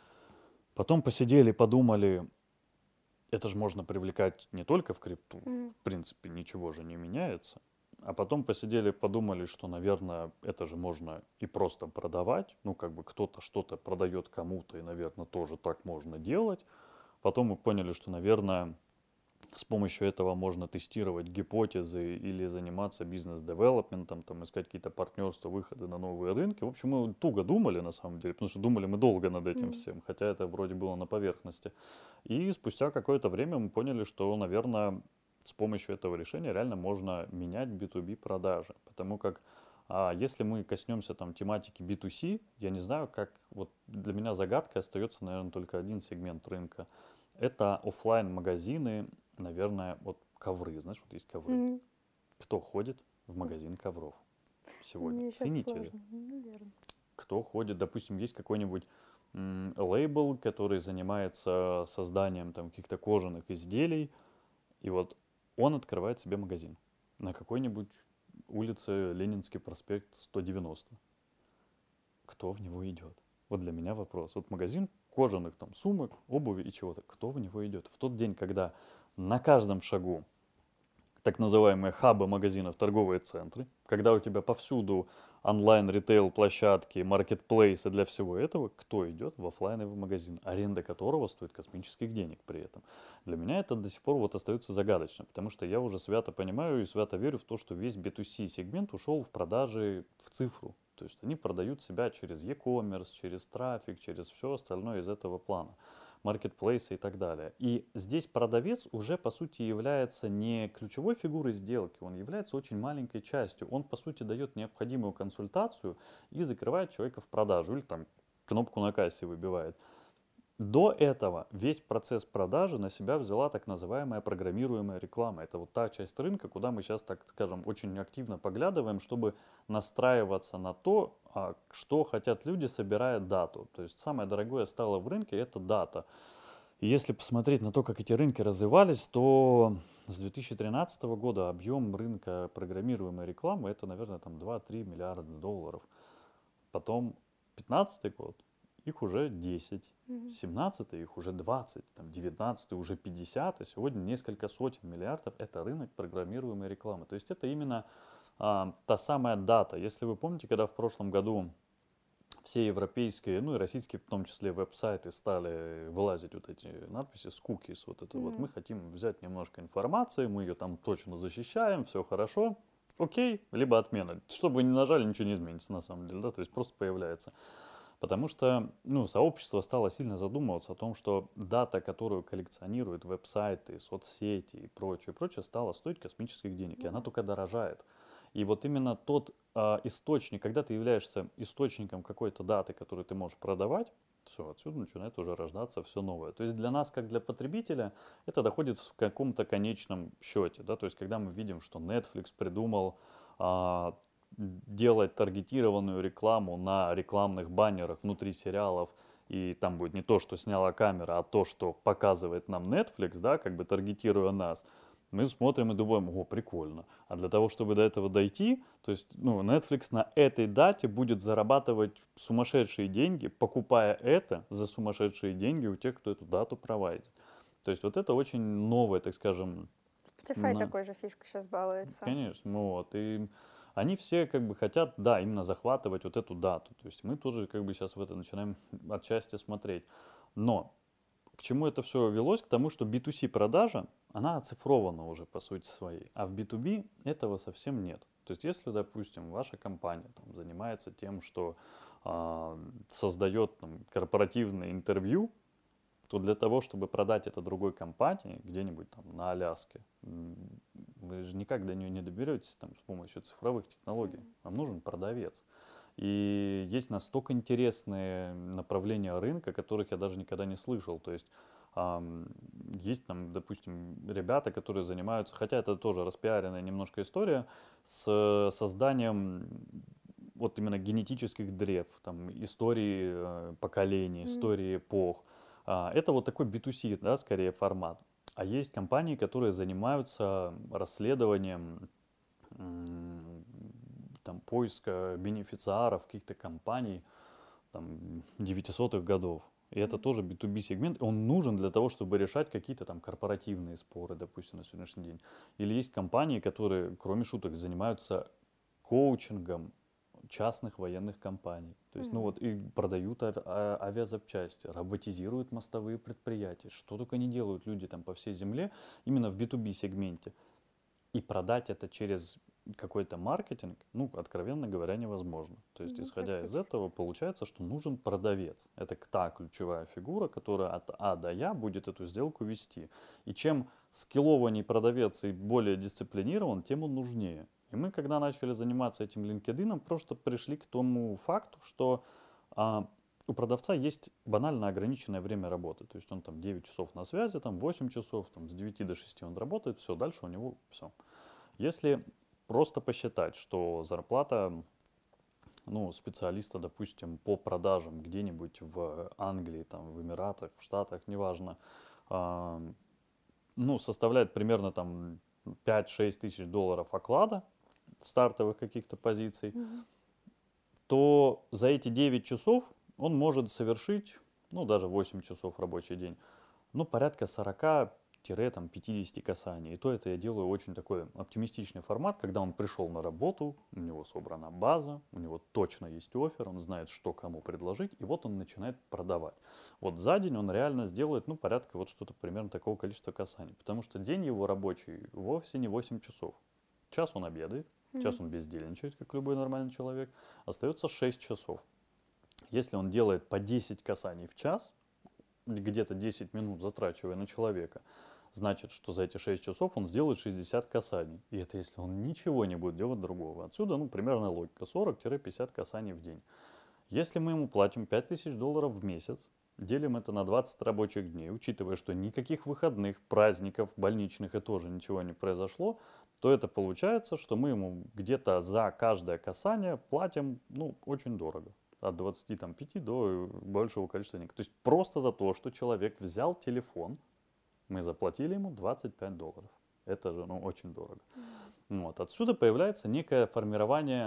Потом посидели, подумали, это же можно привлекать не только в крипту. Мгм. В принципе, ничего же не меняется. А потом посидели, подумали, что, наверное, это же можно и просто продавать. Ну, как бы кто-то что-то продает кому-то, и, наверное, тоже так можно делать. Потом мы поняли, что, наверное, с помощью этого можно тестировать гипотезы или заниматься бизнес-девелопментом, там, искать какие-то партнерства, выходы на новые рынки. В общем, мы туго думали, на самом деле, потому что думали мы долго над этим Мгм. всем, хотя это вроде было на поверхности. И спустя какое-то время мы поняли, что, наверное, с помощью этого решения реально можно менять би ту би продажи. Потому как а, если мы коснемся там тематики би ту си, я не знаю, как вот для меня загадкой остается, наверное, только один сегмент рынка. Это оффлайн-магазины, наверное, вот ковры. Знаешь, вот есть ковры. Мгм. Кто ходит в магазин ковров сегодня? Мне сейчас Ценители. сложно. Ну, наверное. Кто ходит, допустим, есть какой-нибудь м, лейбл, который занимается созданием там каких-то кожаных изделий, и вот он открывает себе магазин на какой-нибудь улице Ленинский проспект сто девяносто. Кто в него идет? Вот для меня вопрос. Вот магазин кожаных там сумок, обуви и чего-то. Кто в него идет? В тот день, когда на каждом шагу так называемые хабы магазинов, торговые центры, когда у тебя повсюду онлайн-ритейл-площадки, маркетплейсы для всего этого, кто идет в оффлайновый магазин, аренда которого стоит космических денег при этом. Для меня это до сих пор вот остается загадочно, потому что я уже свято понимаю и свято верю в то, что весь би ту си сегмент ушел в продажи в цифру. То есть они продают себя через e-commerce, через трафик, через все остальное из этого плана, маркетплейсы и так далее. И здесь продавец уже по сути является не ключевой фигурой сделки, он является очень маленькой частью. Он по сути дает необходимую консультацию и закрывает человека в продажу или там кнопку на кассе выбивает. До этого весь процесс продажи на себя взяла так называемая программируемая реклама. Это вот та часть рынка, куда мы сейчас, так скажем, очень активно поглядываем, чтобы настраиваться на то, а, что хотят люди, собирая дату. То есть самое дорогое стало в рынке — это дата. И если посмотреть на то, как эти рынки развивались, то с две тысячи тринадцатого года объем рынка программируемой рекламы — это, наверное, там два-три миллиарда долларов. Потом пятнадцатый год, их уже десять, Мгм. семнадцатый их уже двадцать, там девятнадцатый уже пятьдесят, а сегодня несколько сотен миллиардов — это рынок программируемой рекламы. То есть это именно а, та самая дата. Если вы помните, когда в прошлом году все европейские, ну и российские в том числе веб-сайты стали вылазить вот эти надписи с cookies, вот это вот, Мгм. мы хотим взять немножко информации, мы ее там точно защищаем, все хорошо, окей, либо отмена. Чтобы вы не нажали, ничего не изменится на самом деле, да, то есть просто появляется. Потому что, ну, сообщество стало сильно задумываться о том, что дата, которую коллекционируют веб-сайты, соцсети и прочее, прочее, стала стоить космических денег, и она только дорожает. И вот именно тот а, источник, когда ты являешься источником какой-то даты, которую ты можешь продавать, все, отсюда начинает уже рождаться все новое. То есть для нас, как для потребителя, это доходит в каком-то конечном счете. Да? То есть когда мы видим, что Netflix придумал а, делать таргетированную рекламу на рекламных баннерах внутри сериалов, и там будет не то, что сняла камера, а то, что показывает нам Netflix, да, как бы таргетируя нас, мы смотрим и думаем, о, прикольно. А для того, чтобы до этого дойти, то есть, ну, Netflix на этой дате будет зарабатывать сумасшедшие деньги, покупая это за сумасшедшие деньги у тех, кто эту дату проводит. То есть вот это очень новое, так скажем, Spotify на... такой же фишкой сейчас балуется. Конечно, ну вот. И они все как бы хотят, да, именно захватывать вот эту дату. То есть мы тоже как бы сейчас в это начинаем отчасти смотреть. Но к чему это все велось? К тому, что би ту си продажа, она оцифрована уже по сути своей, а в би ту би этого совсем нет. То есть если, допустим, ваша компания там, занимается тем, что а, создает там, корпоративное интервью, то для того, чтобы продать это другой компании, где-нибудь там на Аляске, м, вы же никак до нее не доберетесь там, с помощью цифровых технологий. Вам нужен продавец. И есть настолько интересные направления рынка, которых я даже никогда не слышал. То есть ам, есть там, допустим, ребята, которые занимаются, хотя это тоже распиаренная немножко история, с созданием вот именно генетических древ, там, истории э, поколений, М. истории эпох. А, это вот такой би ту си, да, скорее формат. А есть компании, которые занимаются расследованием м, там, поиска бенефициаров каких-то компаний там, девятисотых годов. И это тоже би ту би сегмент. Он нужен для того, чтобы решать какие-то там корпоративные споры, допустим, на сегодняшний день. Или есть компании, которые, кроме шуток, занимаются коучингом частных военных компаний. То есть, ну Мгм. вот, и продают ави- а- авиазапчасти, роботизируют мостовые предприятия. Что только не делают люди там по всей земле, именно в би ту би сегменте. И продать это через какой-то маркетинг, ну, откровенно говоря, невозможно. То есть, Ну, исходя из практически. этого, получается, что нужен продавец. Это та ключевая фигура, которая от А до Я будет эту сделку вести. И чем скиллованней продавец и более дисциплинирован, тем он нужнее. И мы, когда начали заниматься этим LinkedIn, просто пришли к тому факту, что а, у продавца есть банально ограниченное время работы. То есть он там девять часов на связи, там восемь часов, там, с девяти до шести он работает, все, дальше у него все. Если просто посчитать, что зарплата ну, специалиста, допустим, по продажам где-нибудь в Англии, там, в Эмиратах, в Штатах, неважно, а, ну, составляет примерно там пять-шесть тысяч долларов оклада стартовых каких-то позиций, Мгм. то за эти девять часов он может совершить, ну, даже восемь часов рабочий день, ну, порядка сорок-пятьдесят касаний. И то это я делаю очень такой оптимистичный формат, когда он пришел на работу, у него собрана база, у него точно есть оффер, он знает, что кому предложить, и вот он начинает продавать. Вот за день он реально сделает, ну, порядка вот что-то примерно такого количества касаний. Потому что день его рабочий вовсе не восемь часов. Час он обедает, час Мгм. он бездельничает, как любой нормальный человек, остается шесть часов. Если он делает по десять касаний в час, где-то десять минут затрачивая на человека, значит, что за эти шесть часов он сделает шестьдесят касаний. И это если он ничего не будет делать другого. Отсюда, ну, примерно логика, сорок-пятьдесят касаний в день. Если мы ему платим пять тысяч долларов в месяц, делим это на двадцать рабочих дней, учитывая, что никаких выходных, праздников, больничных и тоже ничего не произошло, то это получается, что мы ему где-то за каждое касание платим, ну, очень дорого. От двадцати пяти до большего количества денег. То есть просто за то, что человек взял телефон, мы заплатили ему двадцать пять долларов. Это же, ну, очень дорого. Вот. Отсюда появляется некое формирование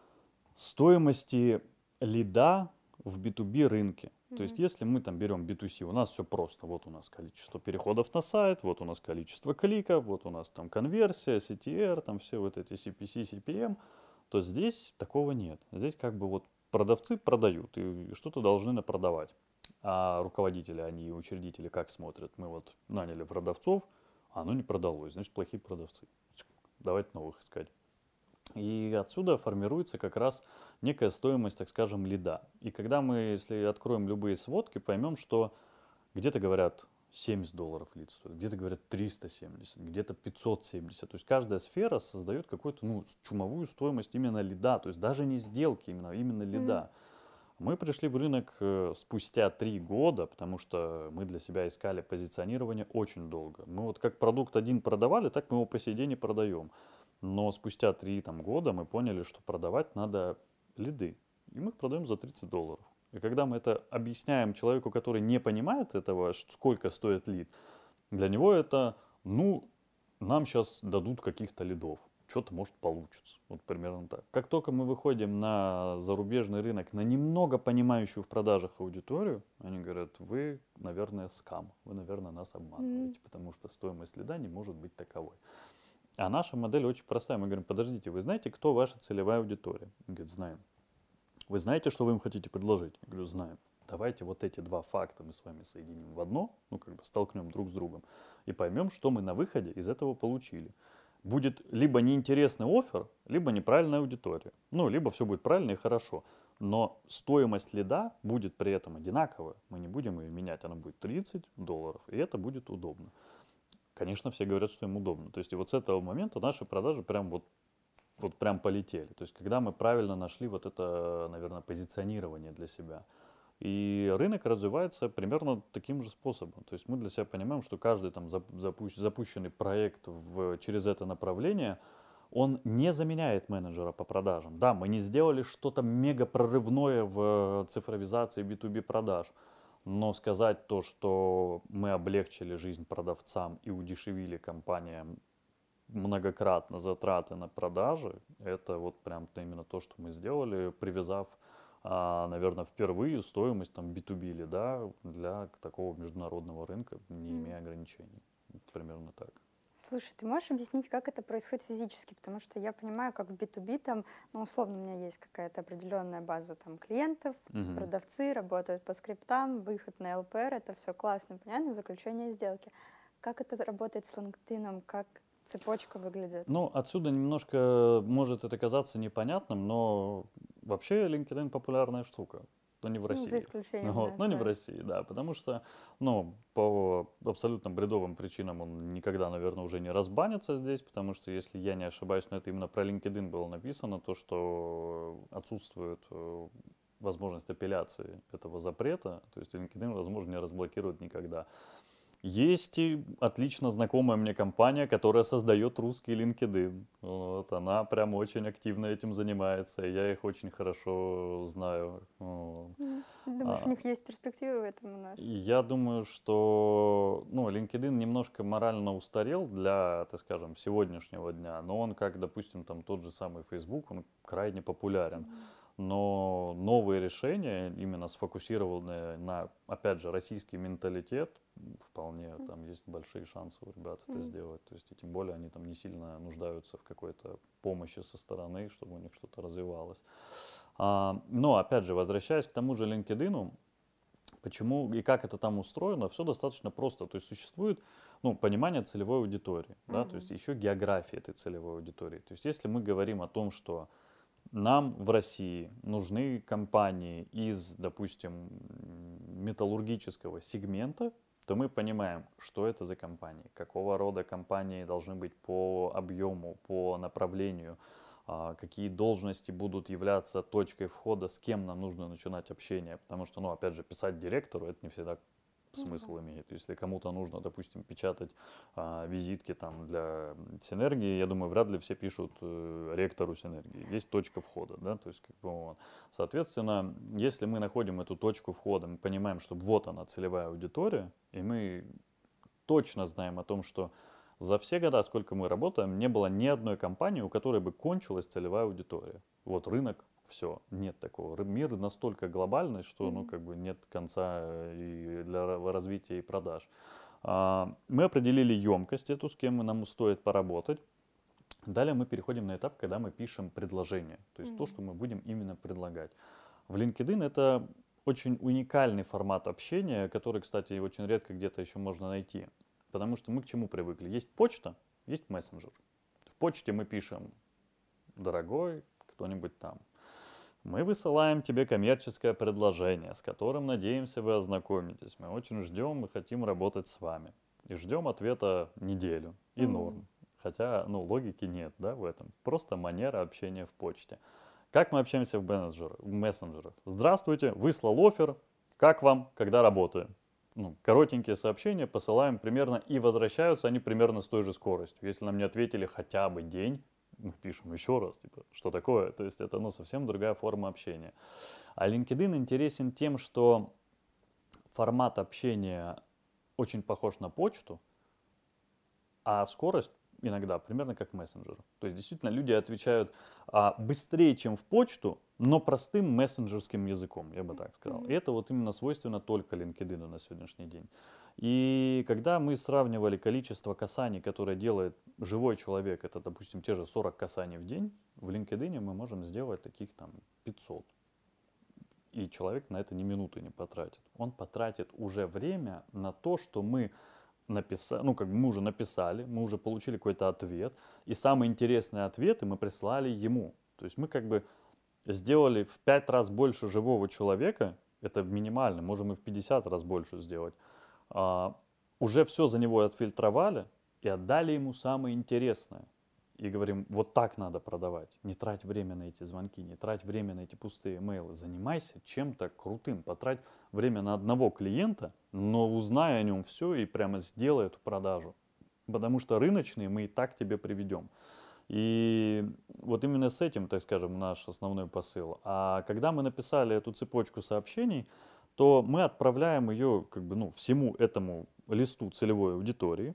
стоимости лида в би ту би рынке. То есть, Мгм. если мы там берем би ту си, у нас все просто. Вот у нас количество переходов на сайт, вот у нас количество кликов, вот у нас там конверсия, си ти ар, там все вот эти си пи си, си пи эм, то здесь такого нет. Здесь как бы вот продавцы продают и что-то должны напродавать. А руководители, они и учредители как смотрят? Мы вот наняли продавцов, а оно не продалось, значит плохие продавцы. Давайте новых искать. И отсюда формируется как раз некая стоимость, так скажем, лида. И когда мы, если откроем любые сводки, поймем, что где-то говорят семьдесят долларов лид стоит, где-то говорят триста семьдесят, где-то пятьсот семьдесят. То есть каждая сфера создает какую-то ну, чумовую стоимость именно лида. То есть даже не сделки, именно, именно Мгм. лида. Мы пришли в рынок э, спустя три года, потому что мы для себя искали позиционирование очень долго. Мы вот как продукт один продавали, так мы его по сей день и продаем. Но спустя три там, года мы поняли, что продавать надо лиды. И мы их продаем за тридцать долларов. И когда мы это объясняем человеку, который не понимает этого, ш- сколько стоит лид, для него это, ну, нам сейчас дадут каких-то лидов. Что-то может получится. Вот примерно так. Как только мы выходим на зарубежный рынок, на немного понимающую в продажах аудиторию, они говорят, вы, наверное, скам, вы, наверное, нас М. обманываете, потому что стоимость лида не может быть таковой. А наша модель очень простая. Мы говорим, подождите, вы знаете, кто ваша целевая аудитория? Он говорит, знаем. Вы знаете, что вы им хотите предложить? Я говорю, знаем. давайте вот эти два факта мы с вами соединим в одно, ну как бы столкнем друг с другом и поймем, что мы на выходе из этого получили. Будет либо неинтересный оффер, либо неправильная аудитория. Ну, либо все будет правильно и хорошо. Но стоимость лида будет при этом одинаковая. Мы не будем ее менять, она будет тридцать долларов, и это будет удобно. Конечно, все говорят, что им удобно. То есть и вот с этого момента наши продажи прям вот, вот прям полетели. То есть когда мы правильно нашли вот это, наверное, позиционирование для себя. И рынок развивается примерно таким же способом. То есть мы для себя понимаем, что каждый там запу- запущенный проект в, через это направление, он не заменяет менеджера по продажам. Да, мы не сделали что-то мега прорывное в цифровизации би ту би продаж, но сказать то, что мы облегчили жизнь продавцам и удешевили компаниям многократно затраты на продажи, это вот прям именно то, что мы сделали, привязав, а, наверное, впервые стоимость там би ту би лида для такого международного рынка, не имея ограничений. Примерно так. Слушай, ты можешь объяснить, как это происходит физически? Потому что я понимаю, как в би ту би там, ну, условно, у меня есть какая-то определенная база там клиентов, Мгм. продавцы работают по скриптам, выход на эл пи эр, это все классно, понятно, заключение сделки. Как это работает с LinkedIn, как цепочка выглядит? Ну, отсюда немножко может это казаться непонятным, но вообще LinkedIn популярная штука, но не в Ну, за России. исключением Вот, нас, но не в да. России, да, потому что, ну, по абсолютно бредовым причинам он никогда, наверное, уже не разбанится здесь, потому что, если я не ошибаюсь, но это именно про LinkedIn было написано, то, что отсутствует э, возможность апелляции этого запрета, то есть LinkedIn, возможно, не разблокирует никогда. Есть и отлично знакомая мне компания, которая создает русский LinkedIn. Вот, она прям очень активно этим занимается, и я их очень хорошо знаю. Вот. М. Думаешь, у А, них есть перспективы в этом у нас? и я думаю, что ну, LinkedIn немножко морально устарел для, так скажем, сегодняшнего дня, но он, как, допустим, там тот же самый Facebook, он крайне популярен. Мгм. Но новые решения, именно сфокусированные на, опять же, российский менталитет, вполне М. там есть большие шансы у ребят это М. сделать. То есть, и тем более они там не сильно нуждаются в какой-то помощи со стороны, чтобы у них что-то развивалось. А, но, опять же, возвращаясь к тому же LinkedIn, почему и как это там устроено, все достаточно просто. То есть существует ну, понимание целевой аудитории, да, то есть Мгм. еще география этой целевой аудитории. То есть если мы говорим о том, что нам в России нужны компании из, допустим, металлургического сегмента, то мы понимаем, что это за компании, какого рода компании должны быть по объему, по направлению, а, какие должности будут являться точкой входа, с кем нам нужно начинать общение. Потому что, ну, опять же, писать директору это не всегда Ну да. смысл имеет. Если кому-то нужно, допустим, печатать а, визитки там для синергии, я думаю, вряд ли все пишут э, ректору синергии. Есть точка входа, да, то есть как бы вот. Соответственно, если мы находим эту точку входа, мы понимаем, что вот она целевая аудитория, и мы точно знаем о том, что за все года, сколько мы работаем, не было ни одной компании, у которой бы кончилась целевая аудитория. Вот рынок, все, нет такого. Ры- Мир настолько глобальный, что ну, Мгм. как бы нет конца э, и для ра- развития и продаж. А, Мы определили емкость эту, с кем нам стоит поработать. Далее мы переходим на этап, когда мы пишем предложение, то есть то, Мгм. что мы будем именно предлагать. В LinkedIn это очень уникальный формат общения, который, кстати, очень редко где-то еще можно найти. Потому что мы к чему привыкли? Есть почта, есть мессенджер. В почте мы пишем «Дорогой кто-нибудь там». Мы высылаем тебе коммерческое предложение, с которым, надеемся, вы ознакомитесь. Мы очень ждем и хотим работать с вами. И ждем ответа неделю. И Мгм. норм. Хотя, ну, логики нет, да, в этом. Просто манера общения в почте. Как мы общаемся в, менеджер, в мессенджерах? Здравствуйте, выслал оффер. Как вам, когда работаем? Ну, коротенькие сообщения посылаем примерно, и возвращаются они примерно с той же скоростью. Если нам не ответили хотя бы день, мы пишем еще раз, типа, что такое? То есть это, ну, совсем другая форма общения. А LinkedIn интересен тем, что формат общения очень похож на почту, а скорость иногда примерно как мессенджер. То есть действительно люди отвечают а, быстрее, чем в почту, но простым мессенджерским языком, я бы так сказал. И Мгм. это вот именно свойственно только LinkedIn на сегодняшний день. И когда мы сравнивали количество касаний, которое делает живой человек, это, допустим, те же сорок касаний в день, в LinkedIn мы можем сделать таких там пятьсот. И и человек на это ни минуты не потратит. Он потратит уже время на то, что мы написали, ну, как бы мы уже написали, мы уже получили какой-то ответ, и самые интересные ответы мы прислали ему. То есть мы как бы сделали в пять раз больше живого человека, это минимально, можем и в пятьдесят раз больше сделать, а, уже все за него отфильтровали и отдали ему самое интересное. И говорим, вот так надо продавать. Не трать время на эти звонки, не трать время на эти пустые имейлы. Занимайся чем-то крутым. Потрать время на одного клиента, но узнай о нем все и прямо сделай эту продажу. Потому что рыночные мы и так тебе приведем. И вот именно с этим, так скажем, наш основной посыл. А когда мы написали эту цепочку сообщений, то мы отправляем ее как бы, ну, всему этому листу целевой аудитории.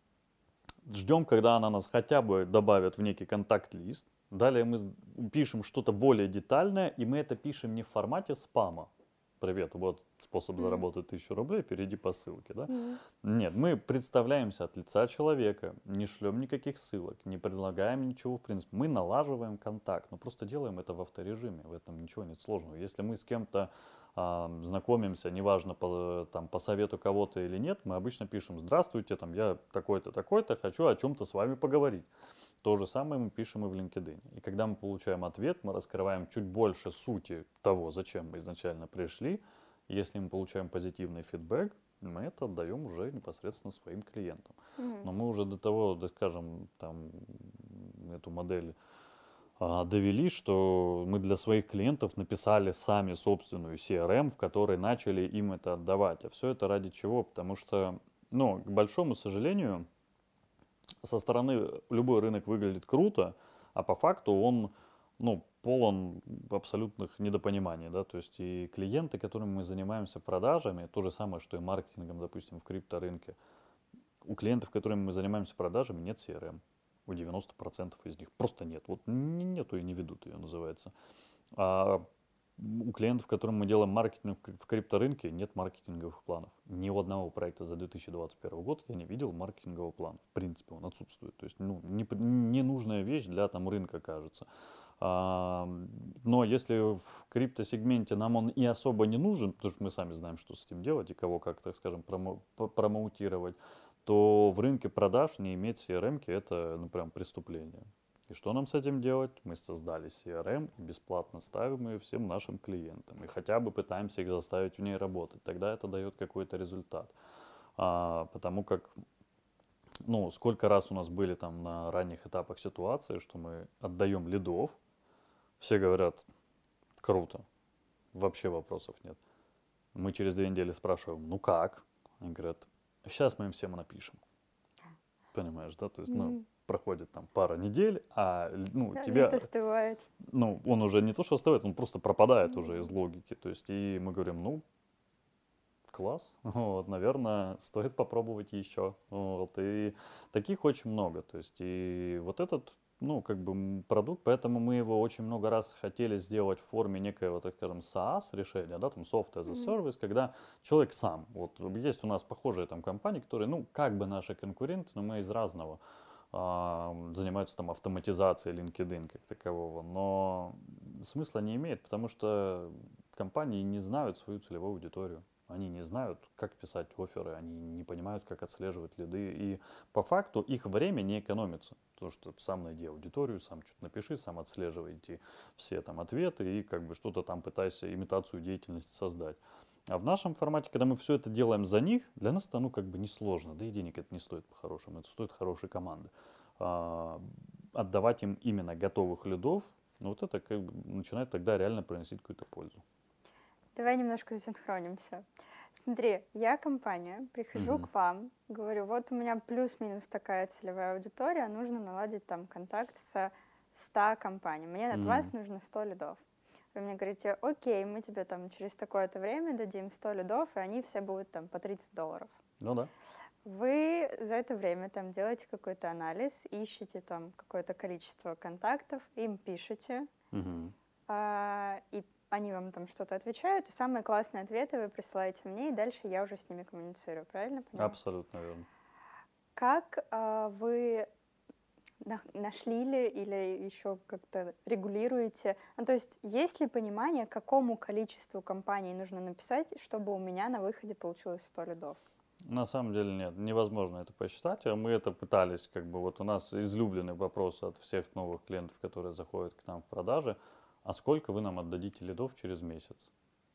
Ждем, когда она нас хотя бы добавит в некий контакт-лист. Далее мы пишем что-то более детальное, и мы это пишем не в формате спама. Привет, вот способ заработать тысячу рублей, перейди по ссылке. Да? Mm-hmm. Нет, мы представляемся от лица человека, не шлем никаких ссылок, не предлагаем ничего, в принципе. Мы налаживаем контакт, но просто делаем это в авторежиме, в этом ничего нет сложного. Если мы с кем-то а, знакомимся, неважно по, там, по совету кого-то или нет, мы обычно пишем: здравствуйте, там, я такой-то, такой-то, хочу о чем-то с вами поговорить. То же самое мы пишем и в LinkedIn. И когда мы получаем ответ, мы раскрываем чуть больше сути того, зачем мы изначально пришли. Если мы получаем позитивный фидбэк, мы это отдаем уже непосредственно своим клиентам. Mm-hmm. Но мы уже до того, да, скажем, там, эту модель а, довели, что мы для своих клиентов написали сами собственную си ар эм, в которой начали им это отдавать. А все это ради чего? Потому что, ну, к большому сожалению, со стороны любой рынок выглядит круто, а по факту он, ну, полон абсолютных недопониманий, да, то есть и клиенты, которыми мы занимаемся продажами, то же самое, что и маркетингом, допустим, в крипторынке. У клиентов, которыми мы занимаемся продажами, нет си ар эм. У девяноста процентов из них просто нет. Вот нету и не ведут ее, называется. А у клиентов, которым мы делаем маркетинг в крипторынке, нет маркетинговых планов. Ни у одного проекта за две тысячи двадцать первый год я не видел маркетингового плана. В принципе, он отсутствует. То есть, ну, не, ненужная вещь для там рынка, кажется. А, но если в криптосегменте нам он и особо не нужен, потому что мы сами знаем, что с этим делать и кого как, так скажем, промо, промоутировать, то в рынке продаж не иметь си ар эм-ки — это, ну, прям преступление. И что нам с этим делать? Мы создали си ар эм и бесплатно ставим ее всем нашим клиентам. И хотя бы пытаемся их заставить в ней работать. Тогда это дает какой-то результат. А, потому как, ну, сколько раз у нас были там на ранних этапах ситуации, что мы отдаем лидов, все говорят: круто, вообще вопросов нет. Мы через две недели спрашиваем: ну как? Они говорят: сейчас мы им всем напишем. Понимаешь, да? То есть, ну, проходит там пара недель, а, ну, Да, тебя... лид остывает. Ну, он уже не то, что остывает, он просто пропадает mm-hmm. уже из логики. То есть, и мы говорим: ну, класс, вот, наверное, стоит попробовать еще. Вот, и таких очень много. То есть, и вот этот, ну, как бы продукт, поэтому мы его очень много раз хотели сделать в форме некоего, так скажем, SaaS решения, да, там, Software as a Service, mm-hmm. когда человек сам, вот, есть у нас похожие там компании, которые, ну, как бы наши конкуренты, но мы из разного, а, занимаются там автоматизацией LinkedIn как такового, но смысла не имеет, потому что компании не знают свою целевую аудиторию. Они не знают, как писать офферы, они не понимают, как отслеживать лиды. И по факту их время не экономится. Потому что сам найди аудиторию, сам что-то напиши, сам отслеживай эти все там ответы и как бы что-то там пытайся имитацию деятельности создать. А в нашем формате, когда мы все это делаем за них, для нас это, ну, как бы несложно. Да и денег это не стоит по-хорошему, это стоит хорошей команды. А, отдавать им именно готовых лидов, ну, вот это как бы начинает тогда реально приносить какую-то пользу. Давай немножко засинхронимся. Смотри, я компания, прихожу mm-hmm. к вам, говорю: вот у меня плюс-минус такая целевая аудитория, нужно наладить там контакт со ста компанией. Мне от mm-hmm. вас нужно сто лидов. Вы мне говорите: окей, мы тебе там через такое-то время дадим сто лидов, и они все будут там по тридцать долларов. Ну да. Вы за это время там делаете какой-то анализ, ищете там какое-то количество контактов, им пишете, mm-hmm. а, и они вам там что-то отвечают, и самые классные ответы вы присылаете мне, и дальше я уже с ними коммуницирую, правильно понимаю? Абсолютно верно. Как а, вы на- нашли ли или еще как-то регулируете? Ну, то есть есть ли понимание, какому количеству компаний нужно написать, чтобы у меня на выходе получилось сто лидов? На самом деле нет, невозможно это посчитать. А мы это пытались, как бы вот у нас излюбленный вопрос от всех новых клиентов, которые заходят к нам в продажи, а сколько вы нам отдадите лидов через месяц?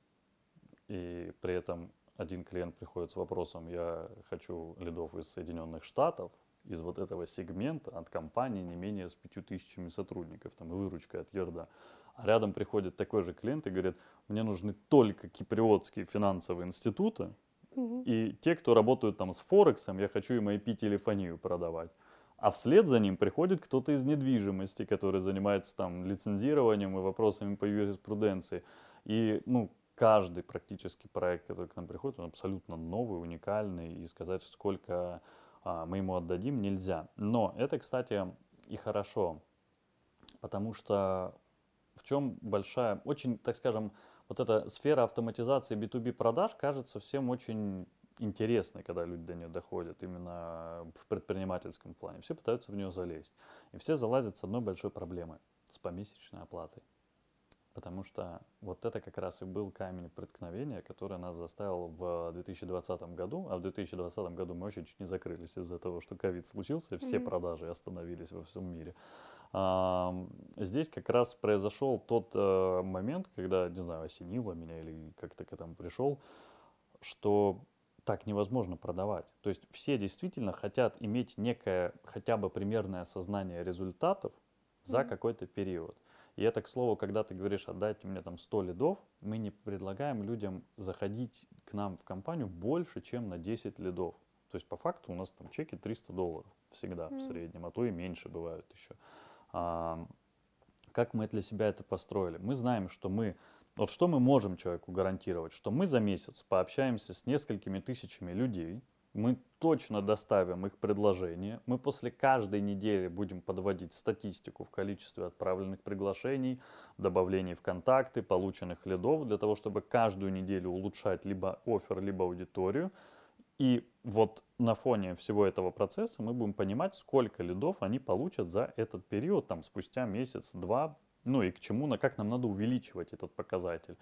И при этом один клиент приходит с вопросом: я хочу лидов из Соединенных Штатов, из вот этого сегмента, от компании не менее с пятью тысячами сотрудников, там, и выручкой от ерда. А рядом приходит такой же клиент и говорит: мне нужны только киприотские финансовые институты, Мгм. и те, кто работают там с Форексом, я хочу им ай пи-телефонию продавать. А вслед за ним приходит кто-то из недвижимости, который занимается там лицензированием и вопросами по юриспруденции. И, ну, каждый практически проект, который к нам приходит, он абсолютно новый, уникальный, и сказать, сколько а, мы ему отдадим, нельзя. Но это, кстати, и хорошо, потому что в чем большая, очень, так скажем, вот эта сфера автоматизации би ту би продаж кажется всем очень интересной, когда люди до нее доходят, именно в предпринимательском плане. Все пытаются в нее залезть. И все залазят с одной большой проблемой, с помесячной оплатой. Потому что вот это как раз и был камень преткновения, который нас заставил в две тысячи двадцатом году, а в две тысячи двадцатом году мы очень чуть не закрылись из-за того, что ковид случился, и все Мгм. продажи остановились во всем мире. А, Здесь как раз произошел тот э, момент, когда, не знаю, осенило меня или как-то к этому пришел, что так невозможно продавать. То есть все действительно хотят иметь некое хотя бы примерное осознание результатов за Мгм. какой-то период. И это, к слову, когда ты говоришь: отдайте мне там сто лидов, мы не предлагаем людям заходить к нам в компанию больше, чем на десять лидов. То есть по факту у нас там чеки триста долларов всегда в М. среднем, а то и меньше бывают еще. А, как мы для себя это построили? Мы знаем, что мы, вот что мы можем человеку гарантировать, что мы за месяц пообщаемся с несколькими тысячами людей, мы точно доставим их предложения, мы после каждой недели будем подводить статистику в количестве отправленных приглашений, добавлений в контакты, полученных лидов, для того, чтобы каждую неделю улучшать либо оффер, либо аудиторию. И вот на фоне всего этого процесса мы будем понимать, сколько лидов они получат за этот период, там, спустя месяц-два, ну и к чему, на как нам надо увеличивать этот показатель.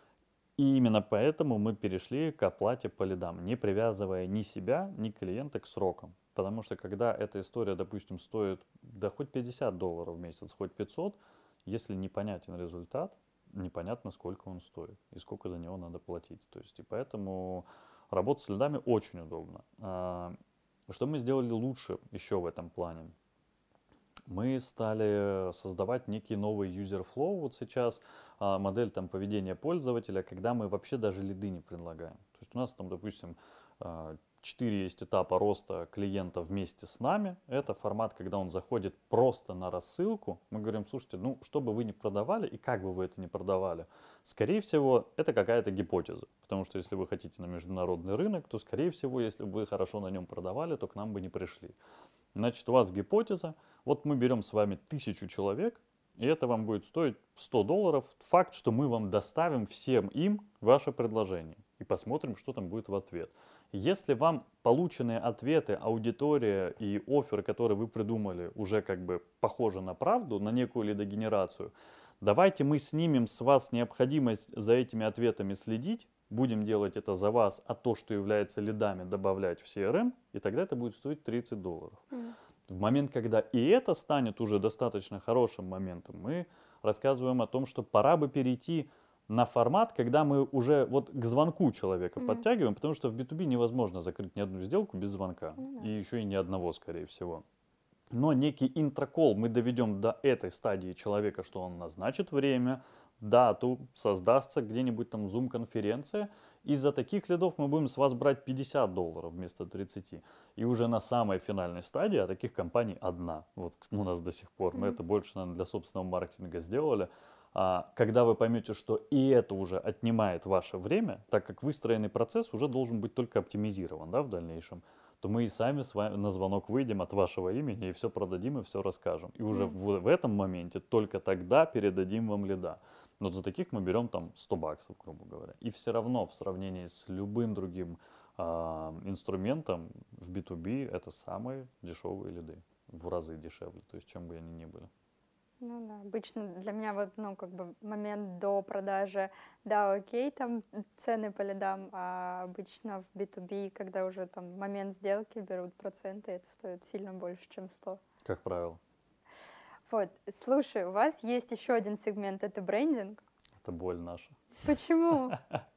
И именно поэтому мы перешли к оплате по лидам, не привязывая ни себя, ни клиента к срокам. Потому что когда эта история, допустим, стоит да хоть пятьдесят долларов в месяц, хоть пятьсот, если непонятен результат, непонятно, сколько он стоит и сколько за него надо платить. То есть, и поэтому работа с лидами очень удобно. А, Что мы сделали лучше еще в этом плане? Мы стали создавать некий новый user flow вот сейчас, а, модель там поведения пользователя, когда мы вообще даже лиды не предлагаем. То есть у нас там, допустим, а, четыре есть этапа роста клиента вместе с нами. Это формат, когда он заходит просто на рассылку. Мы говорим: слушайте, ну, что бы вы ни продавали и как бы вы это ни продавали, скорее всего, это какая-то гипотеза. Потому что если вы хотите на международный рынок, то, скорее всего, если бы вы хорошо на нем продавали, то к нам бы не пришли. Значит, у вас гипотеза. Вот мы берем с вами тысячу человек, и это вам будет стоить сто долларов. Факт, что мы вам доставим всем им ваше предложение. И посмотрим, что там будет в ответ. Если вам полученные ответы, аудитория и оффер, который вы придумали, уже как бы похожи на правду, на некую лидогенерацию, давайте мы снимем с вас необходимость за этими ответами следить, будем делать это за вас, а то, что является лидами, добавлять в си эр эм, и тогда это будет стоить тридцать долларов. М. В момент, когда и это станет уже достаточно хорошим моментом, мы рассказываем о том, что пора бы перейти на формат, когда мы уже вот к звонку человека Мгм. подтягиваем, потому что в би ту би невозможно закрыть ни одну сделку без звонка, Ну и да. еще и ни одного, скорее всего. Но некий интракол мы доведем до этой стадии человека, что он назначит время, дату, создастся где-нибудь там зум-конференция. И за таких лидов мы будем с вас брать пятьдесят долларов вместо тридцати. И уже на самой финальной стадии, а таких компаний одна, вот у нас до сих пор, мы Мгм. это больше, наверное, для собственного маркетинга сделали. А, когда вы поймете, что и это уже отнимает ваше время, так как выстроенный процесс уже должен быть только оптимизирован, да, в дальнейшем, то мы и сами с вами на звонок выйдем от вашего имени и все продадим и все расскажем. И уже М. в, в этом моменте только тогда передадим вам лида. Но за таких мы берем там сто баксов, грубо говоря. И все равно в сравнении с любым другим а, инструментом в би ту би это самые дешевые лиды. в разы дешевле, то есть чем бы они ни были. Ну да, обычно для меня вот, ну, как бы момент до продажи, да, окей, там цены по лидам, а обычно в би ту би, когда уже там момент сделки берут проценты, это стоит сильно больше, чем сто. Как правило. Вот, слушай, у вас есть еще один сегмент, это брендинг. Это боль наша. Почему?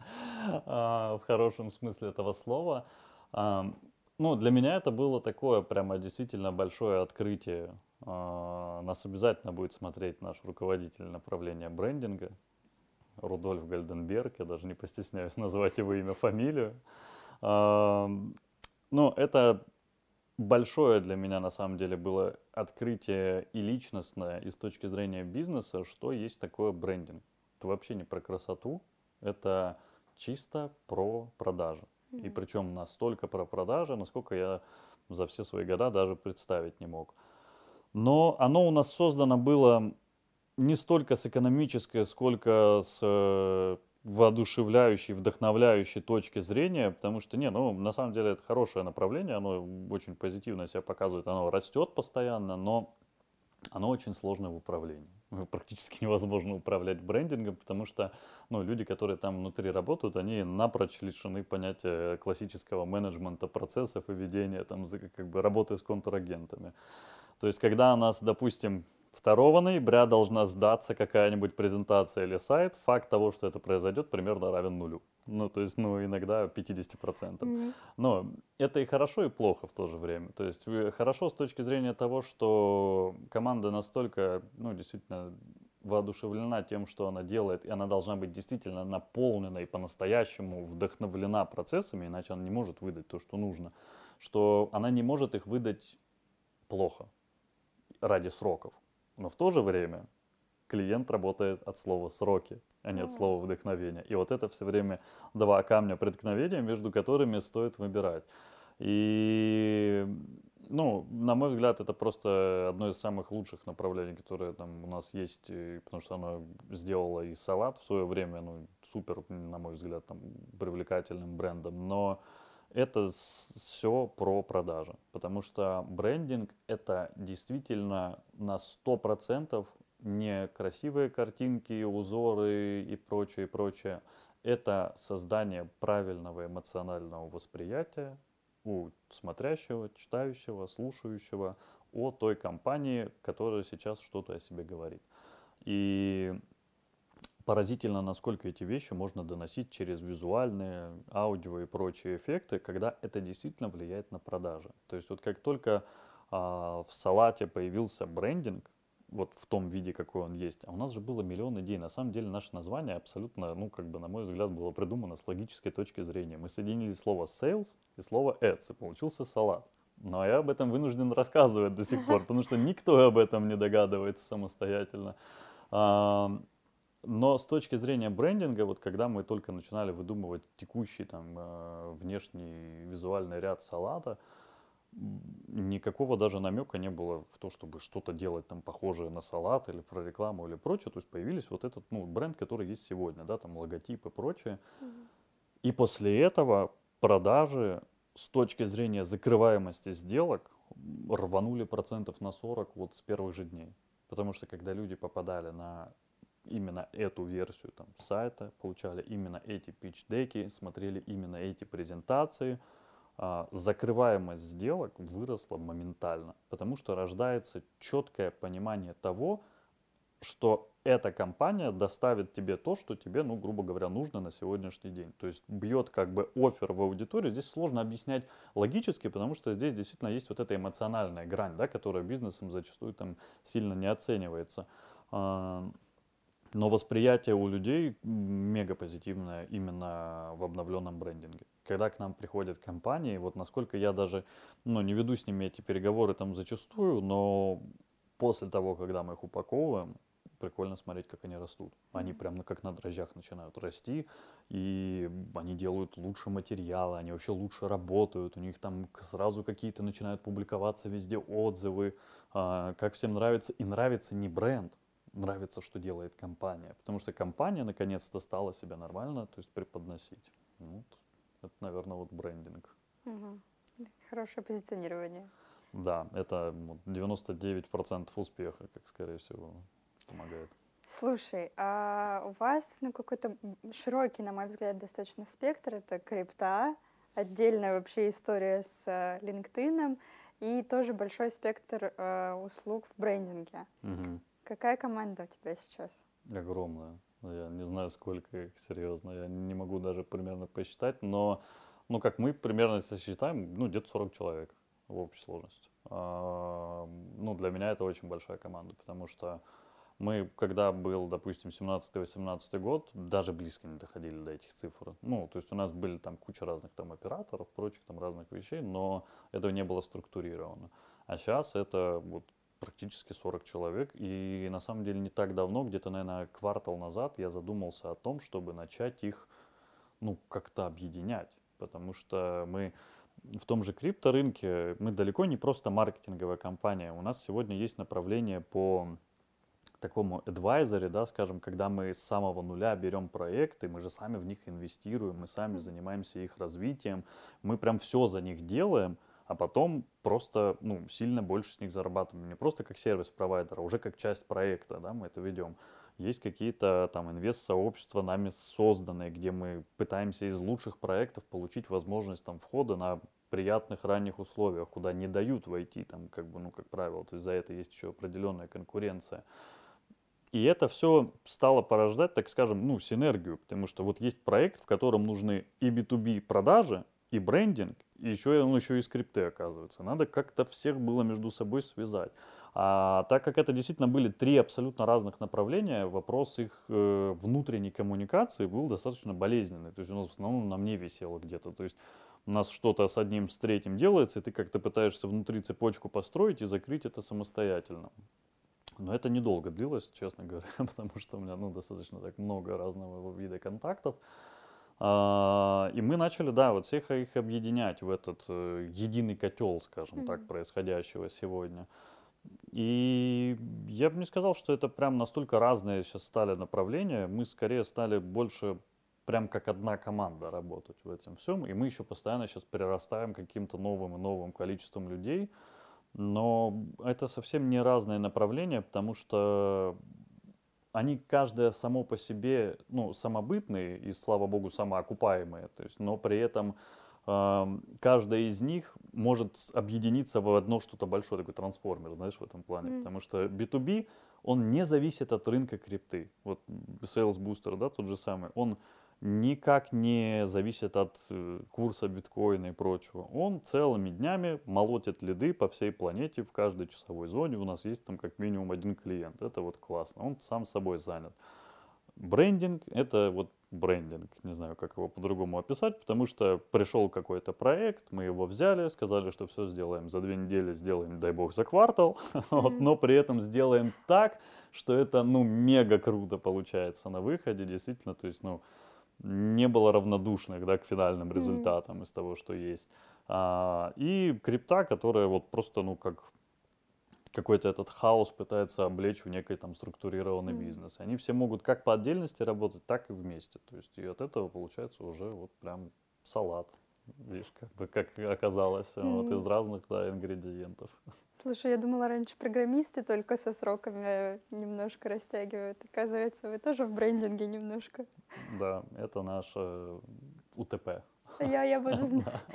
А, В хорошем смысле этого слова. А, Ну, для меня это было такое прямо действительно большое открытие. А, Нас обязательно будет смотреть наш руководитель направления брендинга, Рудольф Гальденберг. Я даже не постесняюсь назвать его имя, фамилию. А, Ну, это большое для меня на самом деле было открытие и личностное, и с точки зрения бизнеса, что есть такое брендинг. Это вообще не про красоту, это чисто про продажи. И Мгм. причем настолько про продажи, насколько я за все свои года даже представить не мог. Но оно у нас создано было не столько с экономической, сколько с э, воодушевляющей, вдохновляющей точки зрения, потому что, не, ну, на самом деле это хорошее направление, оно очень позитивно себя показывает, оно растет постоянно, но оно очень сложное в управлении. Ну, практически невозможно управлять брендингом, потому что, ну, люди, которые там внутри работают, они напрочь лишены понятия классического менеджмента процессов и ведения, там, за- как бы работы с контрагентами. То есть, когда у нас, допустим, второго ноября должна сдаться какая-нибудь презентация или сайт, факт того, что это произойдет, примерно равен нулю. Ну, то есть, ну, иногда пятьдесят процентов. Мгм. Но это и хорошо, и плохо в то же время. То есть, э, хорошо с точки зрения того, что команда настолько, ну, действительно воодушевлена тем, что она делает, и она должна быть действительно наполнена и по-настоящему вдохновлена процессами, иначе она не может выдать то, что нужно, что она не может их выдать плохо ради сроков. Но в то же время клиент работает от слова «сроки», а не от Ну, слова «вдохновение». И вот это все время два камня преткновения, между которыми стоит выбирать. И, ну, на мой взгляд, это просто одно из самых лучших направлений, которое там у нас есть, и потому что оно сделало и салат в свое время, ну, супер, на мой взгляд, там, привлекательным брендом, но это все про продажи, потому что брендинг это действительно на сто процентов не красивые картинки, узоры и прочее, прочее. Это создание правильного эмоционального восприятия у смотрящего, читающего, слушающего о той компании, которая сейчас что-то о себе говорит. И поразительно, насколько эти вещи можно доносить через визуальные, аудио и прочие эффекты, когда это действительно влияет на продажи. То есть вот как только а, в салате появился брендинг, вот в том виде, какой он есть, а у нас же было миллион идей. На самом деле наше название абсолютно, ну, как бы, на мой взгляд, было придумано с логической точки зрения. Мы соединили слово sales и слово ads, и получился салат. Но я об этом вынужден рассказывать до сих пор, потому что никто об этом не догадывается самостоятельно. А, но с точки зрения брендинга, вот когда мы только начинали выдумывать текущий там э, внешний визуальный ряд салата, м, никакого даже намека не было в то, чтобы что-то делать там похожее на салат или про рекламу или прочее. То есть появились вот этот, ну, бренд, который есть сегодня, да, там логотип и прочее. мгм. И после этого продажи с точки зрения закрываемости сделок м, рванули процентов на сорок вот с первых же дней. Потому что когда люди попадали на именно эту версию там, сайта, получали именно эти пич-деки, смотрели именно эти презентации, а, закрываемость сделок выросла моментально, потому что рождается четкое понимание того, что эта компания доставит тебе то, что тебе, ну, грубо говоря, нужно на сегодняшний день. То есть бьет как бы оффер в аудиторию. Здесь сложно объяснять логически, потому что здесь действительно есть вот эта эмоциональная грань, да, которая бизнесом зачастую там сильно не оценивается. А, Но восприятие у людей мега позитивное именно в обновленном брендинге. Когда к нам приходят компании, вот насколько я даже, ну, не веду с ними эти переговоры там зачастую, но после того, когда мы их упаковываем, прикольно смотреть, как они растут. Они Мгм. прям ну, как на дрожжах начинают расти, и они делают лучше материалы, они вообще лучше работают, у них там к- сразу какие-то начинают публиковаться везде отзывы, а, как всем нравится. И нравится не бренд, нравится, что делает компания. Потому что компания наконец-то стала себя нормально, то есть преподносить. Ну, вот, это, наверное, вот брендинг. Мгм. Хорошее позиционирование. Да, это вот девяносто девять процентов успеха, как скорее всего, помогает. Слушай, а у вас ну, какой-то м, широкий, на мой взгляд, достаточно спектр. Это крипта, отдельная вообще история с э, LinkedIn и тоже большой спектр э, услуг в брендинге. Мгм. Какая команда у тебя сейчас? Огромное. Я не знаю, сколько их, серьезно. Я не могу даже примерно посчитать, но, ну, как мы примерно, если считаем, ну, где-то сорок человек в общей сложности. А, ну, для меня это очень большая команда, потому что мы, когда был, допустим, семнадцатый-восемнадцатый год, даже близко не доходили до этих цифр. Ну, то есть у нас были там куча разных там операторов, прочих там разных вещей, но этого не было структурировано. А сейчас это вот практически сорок человек. И на самом деле не так давно, где-то, наверное, квартал назад, я задумался о том, чтобы начать их, ну, как-то объединять. Потому что мы в том же крипторынке, мы далеко не просто маркетинговая компания. У нас сегодня есть направление по такому адвайзере, да, скажем, когда мы с самого нуля берем проекты, мы же сами в них инвестируем, мы сами занимаемся их развитием, мы прям все за них делаем, а потом просто, ну, сильно больше с них зарабатываем. Не просто как сервис-провайдер, а уже как часть проекта, да, мы это ведем. Есть какие-то там инвест-сообщества нами созданные, где мы пытаемся из лучших проектов получить возможность там входа на приятных ранних условиях, куда не дают войти, там, как бы, ну, как правило, то есть за это есть еще определенная конкуренция. И это все стало порождать, так скажем, ну, синергию, потому что вот есть проект, в котором нужны и би ту би продажи, и брендинг, и еще, он еще и скрипты, оказывается. Надо как-то всех было между собой связать. А так как это действительно были три абсолютно разных направления, вопрос их э, внутренней коммуникации был достаточно болезненный. То есть у нас в основном на мне висело где-то. То есть у нас что-то с одним, с третьим делается, и ты как-то пытаешься внутри цепочку построить и закрыть это самостоятельно. Но это недолго длилось, честно говоря, потому что у меня, ну, достаточно так много разного вида контактов. А, И мы начали, да, вот всех их объединять в этот э, единый котел, скажем так, Мгм. происходящего сегодня. И я бы не сказал, что это прям настолько разные сейчас стали направления. Мы скорее стали больше прям как одна команда работать в этом всем. И мы еще постоянно сейчас перерастаем каким-то новым и новым количеством людей. Но это совсем не разные направления, потому что они каждое само по себе, ну, самобытные и, слава богу, самоокупаемые. То есть, но при этом эм, каждая из них может с- объединиться в одно что-то большое, такой трансформер, знаешь, в этом плане. М. Потому что би ту би, он не зависит от рынка крипты. Вот Sales Booster, да, тот же самый, он никак не зависит от э, курса биткоина и прочего. Он целыми днями молотит лиды по всей планете, в каждой часовой зоне. У нас есть там как минимум один клиент. Это вот классно. Он сам собой занят. Брендинг — это вот брендинг. Не знаю, как его по-другому описать, потому что пришел какой-то проект, мы его взяли, сказали, что все сделаем за две недели, сделаем, дай бог, за квартал, вот, Мгм. но при этом сделаем так, что это, ну, мега круто получается на выходе, действительно, то есть, ну, не было равнодушных, да, к финальным М. результатам из того, что есть. А, и крипта, которая вот просто, ну, как какой-то этот хаос пытается облечь в некий там структурированный М. бизнес. Они все могут как по отдельности работать, так и вместе. То есть и от этого получается уже вот прям салат. Видишь, как бы как оказалось, вот из М. разных, да, ингредиентов. Слушай, я думала, раньше программисты только со сроками немножко растягивают. Оказывается, вы тоже в брендинге немножко. Да, это наше у тэ пэ. Я, я буду знать. Да.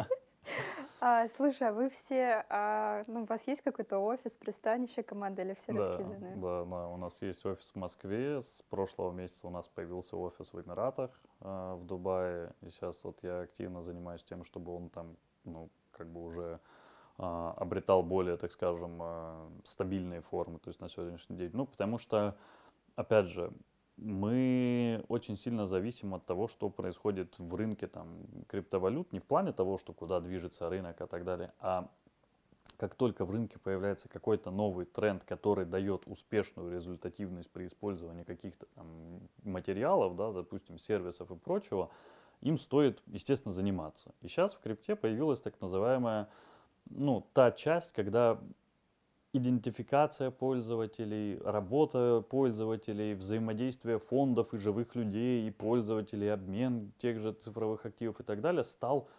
А, слушай, а вы все, а, ну, у вас есть какой-то офис, пристанище команды или все Да, раскиданы? да, да, у нас есть офис в Москве. С прошлого месяца у нас появился офис в Эмиратах, э, в Дубае. И сейчас вот я активно занимаюсь тем, чтобы он там, ну, как бы уже а, обретал более, так скажем, а, стабильные формы, то есть на сегодняшний день. Ну, потому что, опять же, мы очень сильно зависим от того, что происходит в рынке там, криптовалют, не в плане того, что куда движется рынок и так далее, а как только в рынке появляется какой-то новый тренд, который дает успешную результативность при использовании каких-то там материалов, да, допустим, сервисов и прочего, им стоит, естественно, заниматься. И сейчас в крипте появилась так называемая, ну, та часть, когда идентификация пользователей, работа пользователей, взаимодействие фондов и живых людей, и пользователей, обмен тех же цифровых активов и так далее стал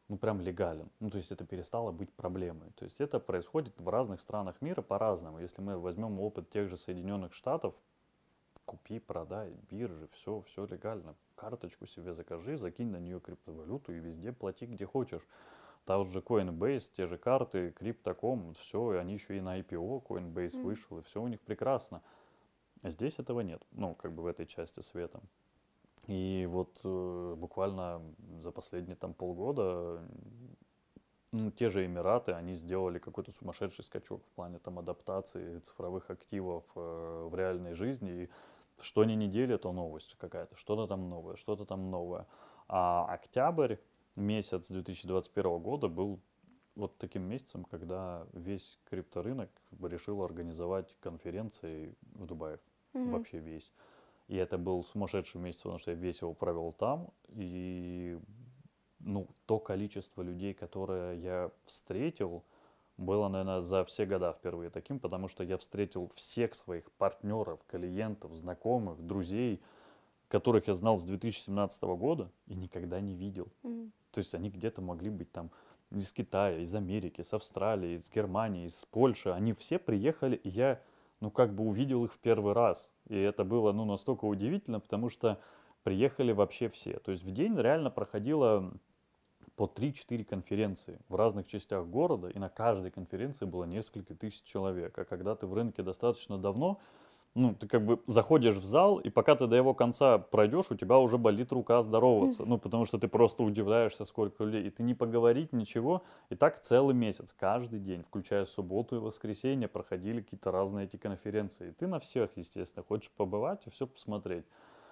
ну, прям легален. Ну, то есть это перестало быть проблемой. То есть это происходит в разных странах мира по-разному. Если мы возьмем опыт тех же Соединенных Штатов, купи, продай, биржи, все, все легально. Карточку себе закажи, закинь на нее криптовалюту и везде плати, где хочешь. Та же Coinbase, те же карты, Crypto.com, все, и они еще и на ай пи о Coinbase Мгм. вышел, и все у них прекрасно. А здесь этого нет, ну, как бы в этой части света. И вот э, буквально за последние там полгода ну, те же Эмираты, они сделали какой-то сумасшедший скачок в плане там адаптации цифровых активов э, в реальной жизни. И что они не делят, то новость какая-то, что-то там новое, что-то там новое. А октябрь месяц две тысячи двадцать первого года был вот таким месяцем, когда весь крипторынок решил организовать конференции в Дубае. Мгм. Вообще весь. И это был сумасшедший месяц, потому что я весь его провел там. И ну, то количество людей, которое я встретил, было, наверное, за все года впервые таким, потому что я встретил всех своих партнеров, клиентов, знакомых, друзей, которых я знал с две тысячи семнадцатого года и никогда не видел. Мгм. То есть они где-то могли быть там из Китая, из Америки, из Австралии, из Германии, из Польши. Они все приехали, и я, ну, как бы увидел их в первый раз. И это было, ну, настолько удивительно, потому что приехали вообще все. То есть в день реально проходило по три-четыре конференции в разных частях города, и на каждой конференции было несколько тысяч человек. А когда ты в рынке достаточно давно, ну, ты как бы заходишь в зал, и пока ты до его конца пройдешь, у тебя уже болит рука здороваться. Ну, потому что ты просто удивляешься, сколько людей. И ты не поговорить, ничего. И так целый месяц, каждый день, включая субботу и воскресенье, проходили какие-то разные эти конференции. И ты на всех, естественно, хочешь побывать и все посмотреть.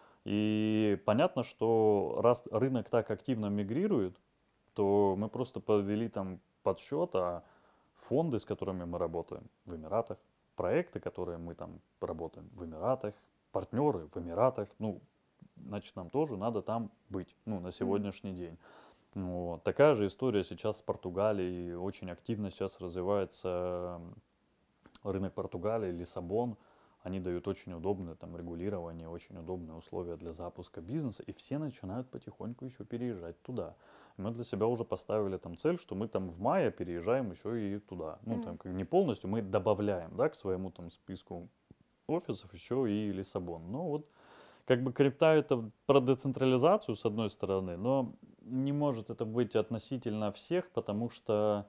И понятно, что раз рынок так активно мигрирует, то мы просто подвели там подсчет, а фонды, с которыми мы работаем в Эмиратах, проекты, которые мы там работаем в Эмиратах, партнеры в Эмиратах, ну, значит, нам тоже надо там быть, ну, на Мгм. сегодняшний день. Вот. Такая же история сейчас с Португалией, очень активно сейчас развивается рынок Португалии, Лиссабон. Они дают очень удобное там регулирование, очень удобные условия для запуска бизнеса, и все начинают потихоньку еще переезжать туда. Мы для себя уже поставили там цель, что мы там в мае переезжаем еще и туда. Ну, там Мгм. как не полностью, мы добавляем, да, к своему там списку офисов еще и Лиссабон. Ну, вот как бы крипта это про децентрализацию с одной стороны, но не может это быть относительно всех, потому что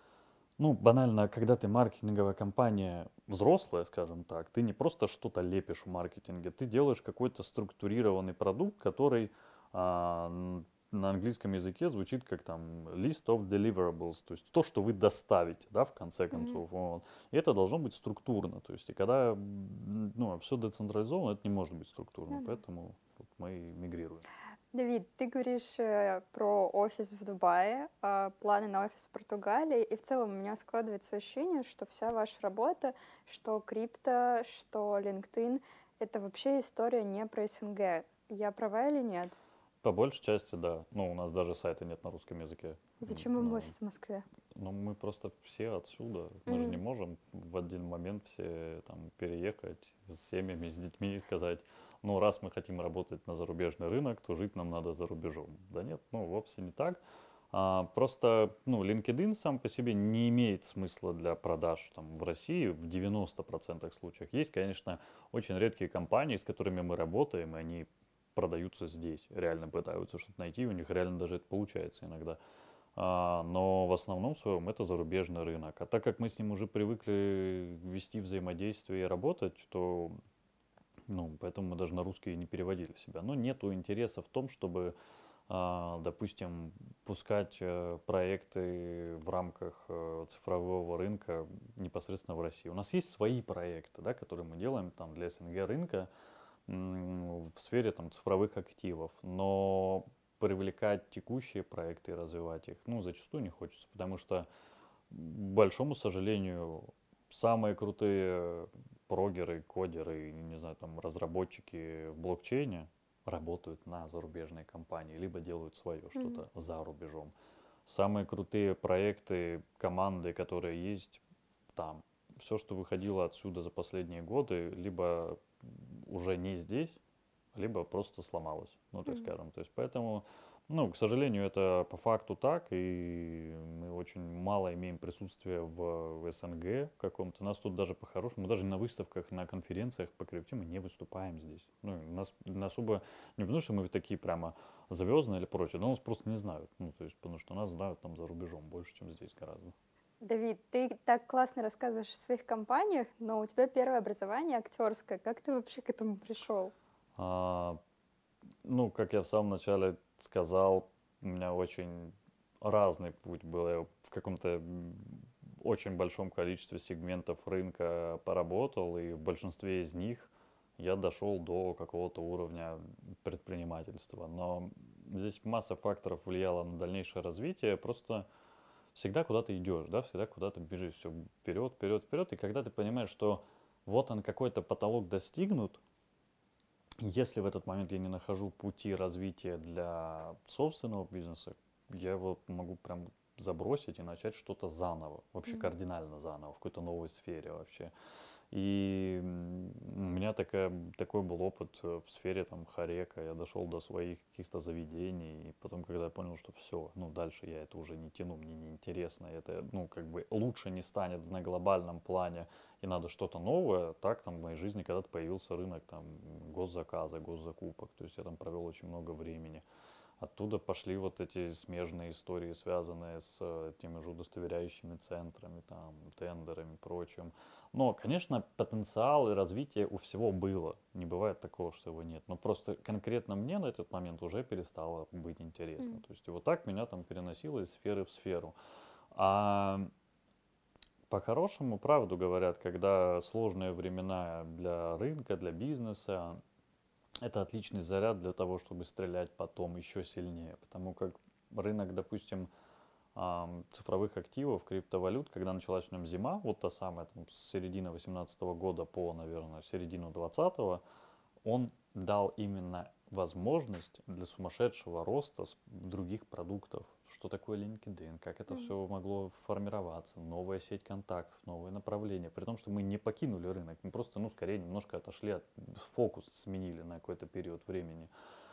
ну, банально, когда ты маркетинговая компания взрослая, скажем так, ты не просто что-то лепишь в маркетинге, ты делаешь какой-то структурированный продукт, который а, н- на английском языке звучит как там list of deliverables, то есть то, что вы доставите, да, в конце Мгм. концов. Вот. И это должно быть структурно, то есть и когда м, ну, все децентрализовано, это не может быть структурно, Ну да. поэтому вот мы и мигрируем. Давид, ты говоришь э, про офис в Дубае, а, планы на офис в Португалии, и в целом у меня складывается ощущение, что вся ваша работа, что крипто, что LinkedIn, это вообще история не про СНГ. Я права или нет? По большей части, да. Ну, у нас даже сайта нет на русском языке. М, Зачем им Ну, офис в Москве? Ну, мы просто все отсюда. Мы же не Мгм. можем в один момент все там переехать с семьями, с детьми и сказать, ну, раз мы хотим работать на зарубежный рынок, то жить нам надо за рубежом. Да нет, ну, вовсе не так. А, просто, ну, LinkedIn сам по себе не имеет смысла для продаж там, в России в девяноста процентах случаев. Есть, конечно, очень редкие компании, с которыми мы работаем, и они продаются здесь, реально пытаются что-то найти, у них реально даже это получается иногда. А, но в основном своем это зарубежный рынок. А так как мы с ним уже привыкли вести взаимодействие и работать, то ну, поэтому мы даже на русский не переводили себя. Но нету интереса в том, чтобы, а, допустим, пускать э, проекты в рамках э, цифрового рынка непосредственно в России. У нас есть свои проекты, да, которые мы делаем там, для СНГ рынка м, в сфере там, цифровых активов. Но привлекать текущие проекты и развивать их, ну, зачастую не хочется, потому что, к большому сожалению, самые крутые прогеры, кодеры, не знаю, там, разработчики в блокчейне работают на зарубежные компании, либо делают свое Мгм. что-то за рубежом. Самые крутые проекты, команды, которые есть там. Все, что выходило отсюда за последние годы, либо уже не здесь, либо просто сломалось, ну так Мгм. скажем. То есть поэтому Ну, к сожалению, это по факту так, и мы очень мало имеем присутствия в, в СНГ каком-то. Нас тут даже по-хорошему, даже на выставках, на конференциях по крипте мы не выступаем здесь. Ну, нас не особо, не потому что мы такие прямо звездные или прочее, но нас просто не знают. Ну, то есть, потому что нас знают там за рубежом больше, чем здесь гораздо. Давид, ты так классно рассказываешь о своих компаниях, но у тебя первое образование актерское. Как ты вообще к этому пришел? А, ну, как я в самом начале сказал, у меня очень разный путь был. Я в каком-то м, очень большом количестве сегментов рынка поработал, и в большинстве из них я дошел до какого-то уровня предпринимательства. Но здесь масса факторов влияла на дальнейшее развитие. Просто всегда куда-то идешь, да, всегда куда-то бежишь, все вперед, вперед, вперед. И когда ты понимаешь, что вот он какой-то потолок достигнут, если в этот момент я не нахожу пути развития для собственного бизнеса, я его могу прям забросить и начать что-то заново, вообще Мгм. кардинально заново, в какой-то новой сфере вообще. И м, у меня такая, такой был опыт э, в сфере там хорека. Я дошел до своих каких-то заведений, и потом, когда я понял, что все, ну дальше я это уже не тяну, мне неинтересно, это, ну, как бы лучше не станет на глобальном плане, и надо что-то новое, так там в моей жизни когда-то появился рынок там госзаказа, госзакупок, то есть я там провел очень много времени. Оттуда пошли вот эти смежные истории, связанные с э, теми же удостоверяющими центрами, там, тендерами и прочим. Но, конечно, потенциал и развитие у всего было. Не бывает такого, что его нет. Но просто конкретно мне на этот момент уже перестало быть интересно. Мгм. То есть и вот так меня там переносило из сферы в сферу. А по-хорошему, правду говорят, когда сложные времена для рынка, для бизнеса, это отличный заряд для того, чтобы стрелять потом еще сильнее. Потому как рынок, допустим, ам, цифровых активов, криптовалют, когда началась в нем зима, вот та самая, там, с середины восемнадцатого года по, наверное, середину двадцатого, он дал именно возможность для сумасшедшего роста других продуктов. Что такое LinkedIn, как это Мгм. все могло формироваться, новая сеть контактов, новые направления. При том, что мы не покинули рынок, мы просто, ну, скорее немножко отошли от фокус, сменили на какой-то период времени.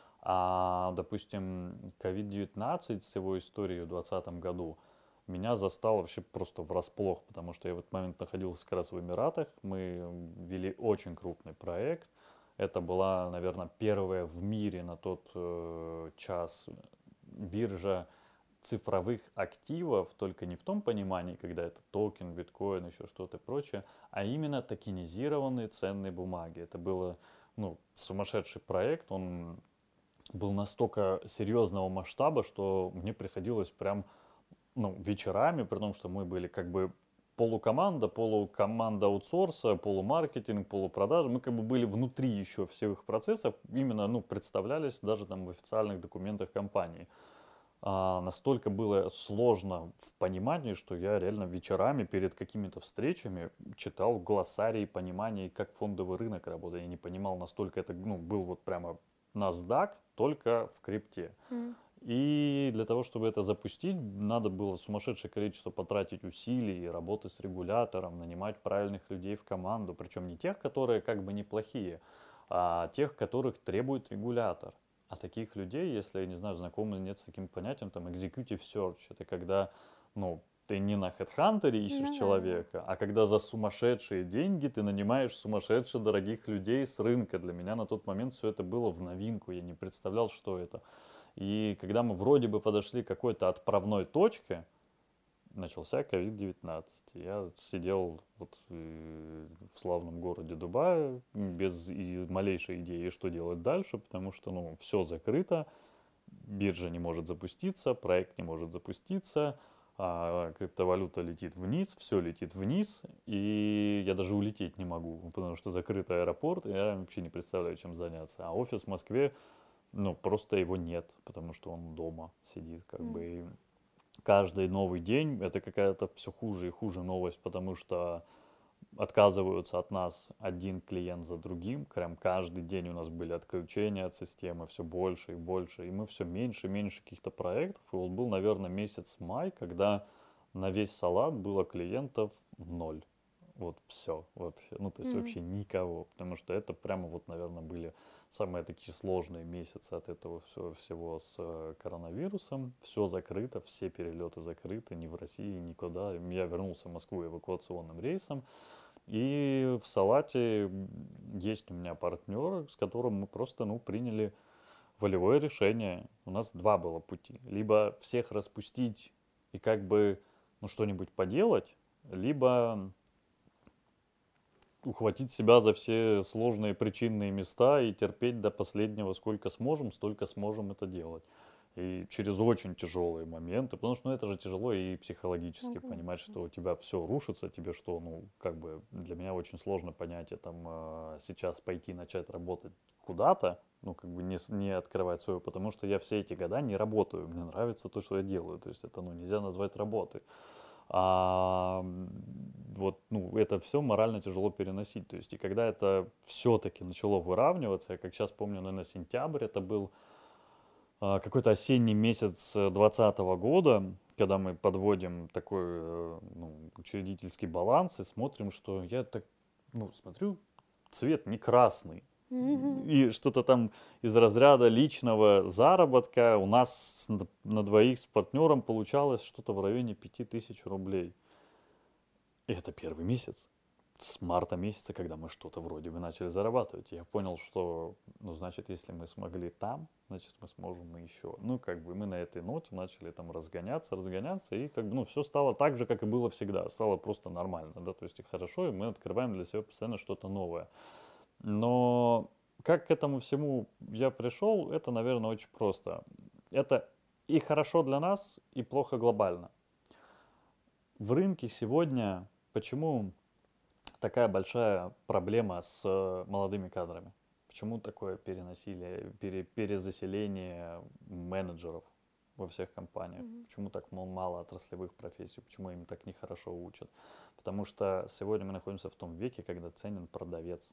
А, допустим, ковид девятнадцать с его историей в двадцатом году меня застал вообще просто врасплох, потому что я в этот момент находился как раз в Эмиратах. Мы вели очень крупный проект. Это была, наверное, первая в мире на тот э, час биржа цифровых активов, только не в том понимании, когда это токен, биткоин, еще что-то прочее, а именно токенизированные ценные бумаги. Это было, ну, сумасшедший проект, он был настолько серьезного масштаба, что мне приходилось прям, ну, вечерами, при том, что мы были как бы полукоманда, полукоманда аутсорса, полумаркетинг, полупродажи. Мы как бы были внутри еще всех процессов, именно, ну, представлялись даже там в официальных документах компании. А, настолько было сложно в понимании, что я реально вечерами перед какими-то встречами читал глоссарий понимания, как фондовый рынок работает. Я не понимал, настолько это, ну, был вот прямо NASDAQ, только в крипте. Мгм. И для того, чтобы это запустить, надо было сумасшедшее количество потратить усилий, работы с регулятором, нанимать правильных людей в команду. Причем не тех, которые как бы неплохие, а тех, которых требует регулятор. А таких людей, если, я не знаю, знакомы или нет с таким понятием, там, executive search, это когда, ну, ты не на HeadHunter ищешь Ну да, да. человека, а когда за сумасшедшие деньги ты нанимаешь сумасшедше дорогих людей с рынка. Для меня на тот момент все это было в новинку, я не представлял, что это. И когда мы вроде бы подошли к какой-то отправной точке, начался ковид девятнадцать. Я сидел вот э, в славном городе Дубае без и малейшей идеи, что делать дальше, потому что, ну, все закрыто, биржа не может запуститься, проект не может запуститься, а криптовалюта летит вниз, все летит вниз, и я даже улететь не могу, потому что закрыт аэропорт, и я вообще не представляю, чем заняться. А офис в Москве, ну, просто его нет, потому что он дома сидит, как Мгм. бы. И каждый новый день это какая-то все хуже и хуже новость, потому что отказываются от нас один клиент за другим. Прям каждый день у нас были отключения от системы все больше и больше. И мы все меньше и меньше каких-то проектов. И вот был, наверное, месяц май, когда на весь салат было клиентов ноль. Вот все вообще. Ну, то есть Мгм. вообще никого. Потому что это прямо вот, наверное, были самые такие сложные месяцы от этого всего, всего с э, коронавирусом. Все закрыто, все перелеты закрыты, ни в России, никуда. Я вернулся в Москву эвакуационным рейсом. И в Салате есть у меня партнер, с которым мы просто, ну, приняли волевое решение. У нас два было пути. Либо всех распустить и как бы, ну, что-нибудь поделать, либо ухватить себя за все сложные причинные места и терпеть до последнего, сколько сможем, столько сможем это делать. И через очень тяжелые моменты, потому что ну, это же тяжело и психологически Ну, понимать, конечно. что у тебя все рушится, тебе что, ну, как бы для меня очень сложно понятие там э, сейчас пойти начать работать куда-то, ну, как бы не, с- не открывать свое, потому что я все эти года не работаю, мне нравится то, что я делаю, то есть это, ну, нельзя назвать работой. А вот, ну, это все морально тяжело переносить. То есть, и когда это все-таки начало выравниваться, я как сейчас помню, наверное, сентябрь, это был а, какой-то осенний месяц двадцатого года, когда мы подводим такой э, ну, учредительский баланс и смотрим, что я так, ну, смотрю, цвет не красный. Мгм. И что-то там из разряда личного заработка у нас с- на двоих с партнером получалось что-то в районе пяти тысяч рублей. И это первый месяц. С марта месяца, когда мы что-то вроде бы начали зарабатывать. Я понял, что, ну, значит, если мы смогли там, значит, мы сможем и еще. Ну, как бы мы на этой ноте начали там разгоняться, разгоняться, и как бы, ну, все стало так же, как и было всегда. Стало просто нормально, да, то есть и хорошо, и мы открываем для себя постоянно что-то новое. Но как к этому всему я пришел, это, наверное, очень просто. Это и хорошо для нас, и плохо глобально. В рынке сегодня почему такая большая проблема с э, молодыми кадрами? Почему такое переносили, пере- перезаселение менеджеров во всех компаниях? Мгм. Почему так мол, мало отраслевых профессий? Почему им так нехорошо учат? Потому что сегодня мы находимся в том веке, когда ценен продавец,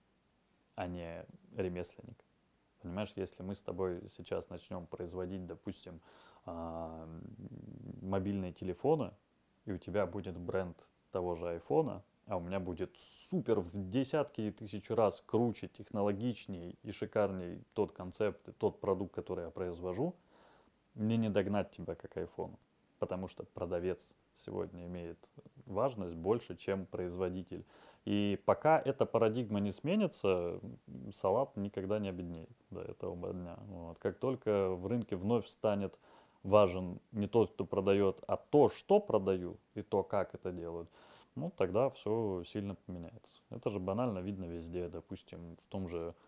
а не ремесленник. Понимаешь, если мы с тобой сейчас начнем производить, допустим, а, мобильные телефоны, и у тебя будет бренд того же айфона, а у меня будет супер в десятки и тысячи раз круче, технологичнее и шикарней тот концепт, и тот продукт, который я произвожу, мне не догнать тебя как айфону. Потому что продавец сегодня имеет важность больше, чем производитель. И пока эта парадигма не сменится, салат никогда не обеднеет до этого дня. Вот. Как только в рынке вновь станет важен не тот, кто продает, а то, что продаю, и то, как это делают, ну, тогда все сильно поменяется. Это же банально видно везде. Допустим, в том же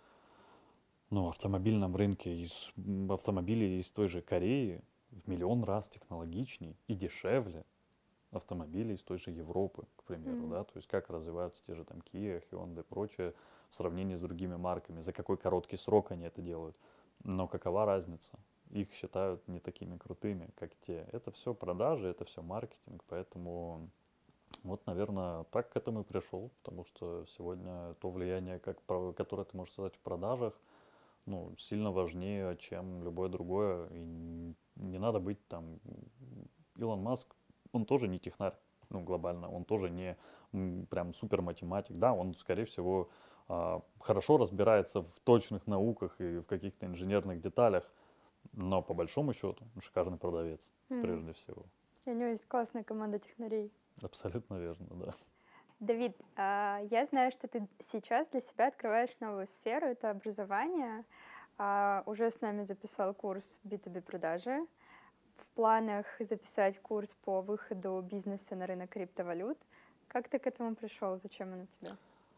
ну, автомобильном рынке из м, автомобилей из той же Кореи в миллион раз технологичней и дешевле автомобилей из той же Европы, к примеру, Мгм. да, то есть как развиваются те же там Kia, Hyundai и прочее в сравнении с другими марками, за какой короткий срок они это делают. Но какова разница? Их считают не такими крутыми, как те. Это все продажи, это все маркетинг, поэтому вот, наверное, так к этому и пришел, потому что сегодня то влияние, как, про- которое ты можешь создать в продажах, ну, сильно важнее, чем любое другое. И н- не надо быть там... Илон Маск, он тоже не технарь, ну, глобально, он тоже не м, прям супер математик. Да, он, скорее всего, а, хорошо разбирается в точных науках и в каких-то инженерных деталях, но по большому счету он шикарный продавец, Мгм. прежде всего. У него есть классная команда технарей. Абсолютно верно, да. Давид, а, я знаю, что ты сейчас для себя открываешь новую сферу, это образование. А, Уже с нами записал курс би ту би продажи. В планах записать курс по выходу бизнеса на рынок криптовалют. Как ты к этому пришел? Зачем он у тебя?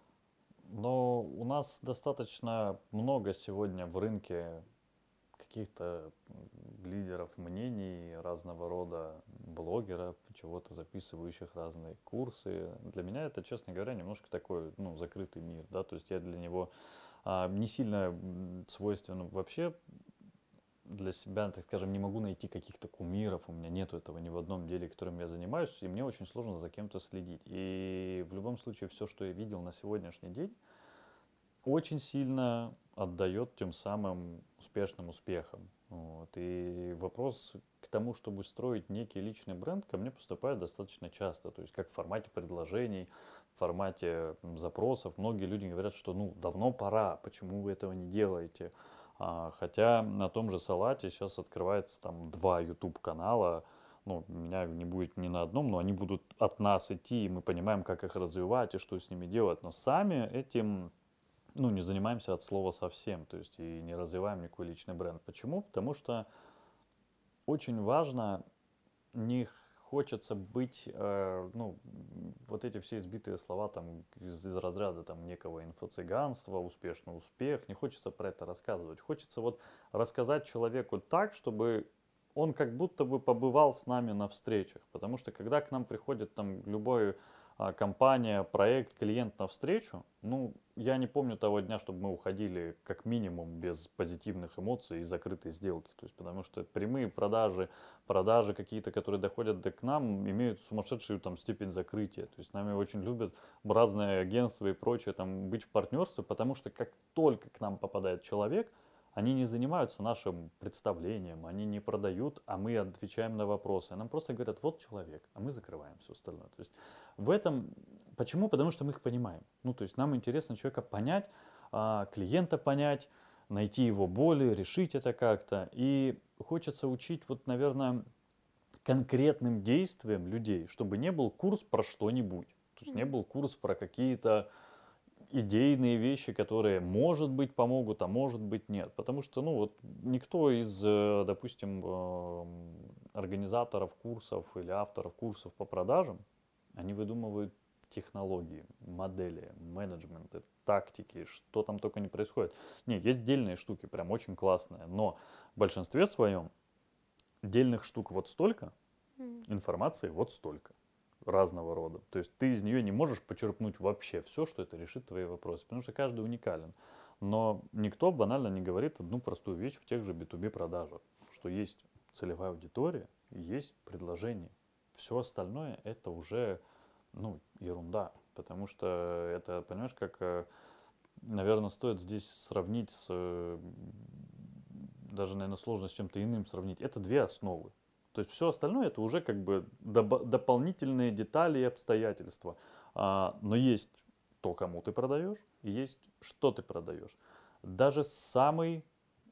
Но у нас достаточно много сегодня в рынке каких-то м, лидеров мнений, разного рода блогеров, чего-то записывающих разные курсы. Для меня это, честно говоря, немножко такой, ну, закрытый мир, да, то есть я для него а, не сильно м, свойствен вообще для себя, так скажем, не могу найти каких-то кумиров, у меня нету этого ни в одном деле, которым я занимаюсь, и мне очень сложно за кем-то следить. И в любом случае все, что я видел на сегодняшний день, очень сильно отдает тем самым успешным успехам. Вот. И вопрос к тому, чтобы строить некий личный бренд, ко мне поступают достаточно часто. То есть как в формате предложений, в формате м, запросов. Многие люди говорят, что ну давно пора, почему вы этого не делаете. А, хотя на том же салате сейчас открывается там два YouTube канала. Ну, меня не будет ни на одном, но они будут от нас идти, и мы понимаем, как их развивать и что с ними делать. Но сами этим ну, не занимаемся от слова совсем, то есть и не развиваем никакой личный бренд. Почему? Потому что очень важно, не хочется быть, э, ну, вот эти все избитые слова там из, из разряда там некого инфо-цыганства, успешный успех, не хочется про это рассказывать. Хочется вот рассказать человеку так, чтобы он как будто бы побывал с нами на встречах. Потому что когда к нам приходит там любой а, компания, проект, клиент на встречу, ну, я не помню того дня, чтобы мы уходили как минимум без позитивных эмоций и закрытой сделки. То есть, потому что прямые продажи, продажи какие-то, которые доходят до к нам, имеют сумасшедшую там степень закрытия. То есть, нами очень любят разные агентства и прочее там быть в партнерстве, потому что как только к нам попадает человек, они не занимаются нашим представлением, они не продают, а мы отвечаем на вопросы. Нам просто говорят, вот человек, а мы закрываем все остальное. То есть в этом, почему? Потому что мы их понимаем. Ну, то есть нам интересно человека понять, а, клиента понять, найти его боли, решить это как-то. И хочется учить, вот, наверное, конкретным действиям людей, чтобы не был курс про что-нибудь. То есть не был курс про какие-то идейные вещи, которые, может быть, помогут, а может быть, нет. Потому что, ну, вот никто из, э, допустим, э, организаторов курсов или авторов курсов по продажам, они выдумывают технологии, модели, менеджменты, тактики, что там только не происходит. Не, есть дельные штуки, прям очень классные, но в большинстве своем дельных штук вот столько, информации вот столько разного рода. То есть ты из нее не можешь почерпнуть вообще все, что это решит твои вопросы, потому что каждый уникален. Но никто банально не говорит одну простую вещь в тех же би ту би продажах, что есть целевая аудитория и есть предложение. Все остальное это уже ну, ерунда, потому что это, понимаешь, как, наверное, стоит здесь сравнить с, даже, наверное, сложно с чем-то иным сравнить. Это две основы. То есть все остальное это уже как бы доп- дополнительные детали и обстоятельства. А, но есть то, кому ты продаешь, и есть что ты продаешь. Даже самый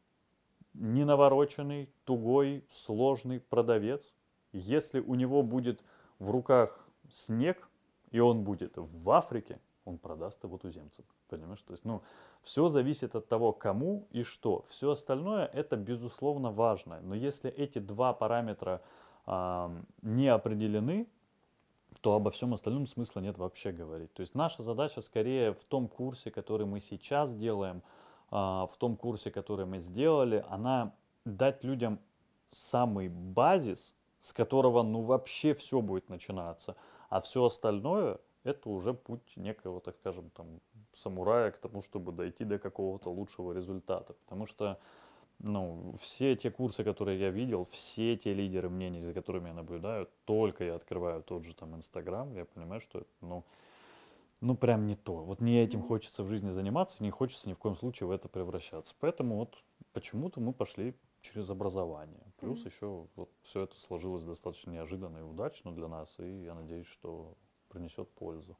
ненавороченный, тугой, сложный продавец, если у него будет в руках снег, и он будет в Африке, он продаст его туземцам. Понимаешь? То есть, ну, все зависит от того, кому и что. Все остальное это, безусловно, важно. Но если эти два параметра а, не определены, то обо всем остальном смысла нет вообще говорить. То есть наша задача скорее в том курсе, который мы сейчас делаем, а, в том курсе, который мы сделали, она дать людям самый базис, с которого ну вообще все будет начинаться. А все остальное это уже путь некого, так скажем, там, самурая к тому, чтобы дойти до какого-то лучшего результата. Потому что ну, все те курсы, которые я видел, все те лидеры мнений, за которыми я наблюдаю, только я открываю тот же там Инстаграм, я понимаю, что это, ну, ну, прям не то. Вот не этим хочется в жизни заниматься, не хочется ни в коем случае в это превращаться. Поэтому вот почему-то мы пошли через образование. Плюс mm-hmm. еще вот все это сложилось достаточно неожиданно и удачно для нас, и я надеюсь, что принесет пользу.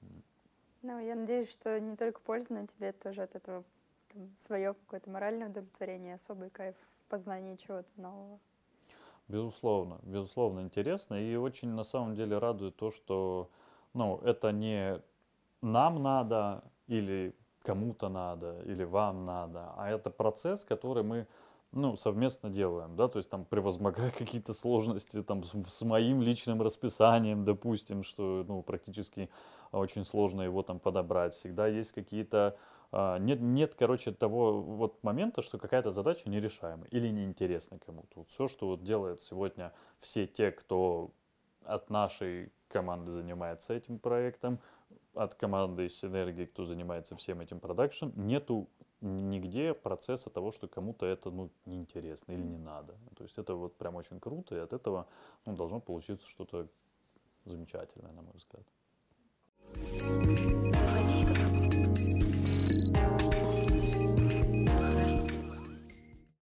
Ну, я надеюсь, что не только пользу, но тебе тоже от этого свое какое-то моральное удовлетворение, особый кайф в познании чего-то нового. Безусловно, безусловно интересно, и очень на самом деле радует то, что ну, это не нам надо, или кому-то надо, или вам надо, а это процесс, который мы ну, совместно делаем, да, то есть там превозмогая какие-то сложности там с, с моим личным расписанием, допустим, что ну, практически очень сложно его там подобрать, всегда есть какие-то а, нет, нет, короче, того вот момента, что какая-то задача нерешаемая или неинтересна кому-то. Вот все, что вот делают сегодня все те, кто от нашей команды занимается этим проектом, от команды из Синергии, кто занимается всем этим продакшн, нету нигде процесса того, что кому-то это ну, неинтересно или не надо. То есть это вот прям очень круто, и от этого ну, должно получиться что-то замечательное, на мой взгляд.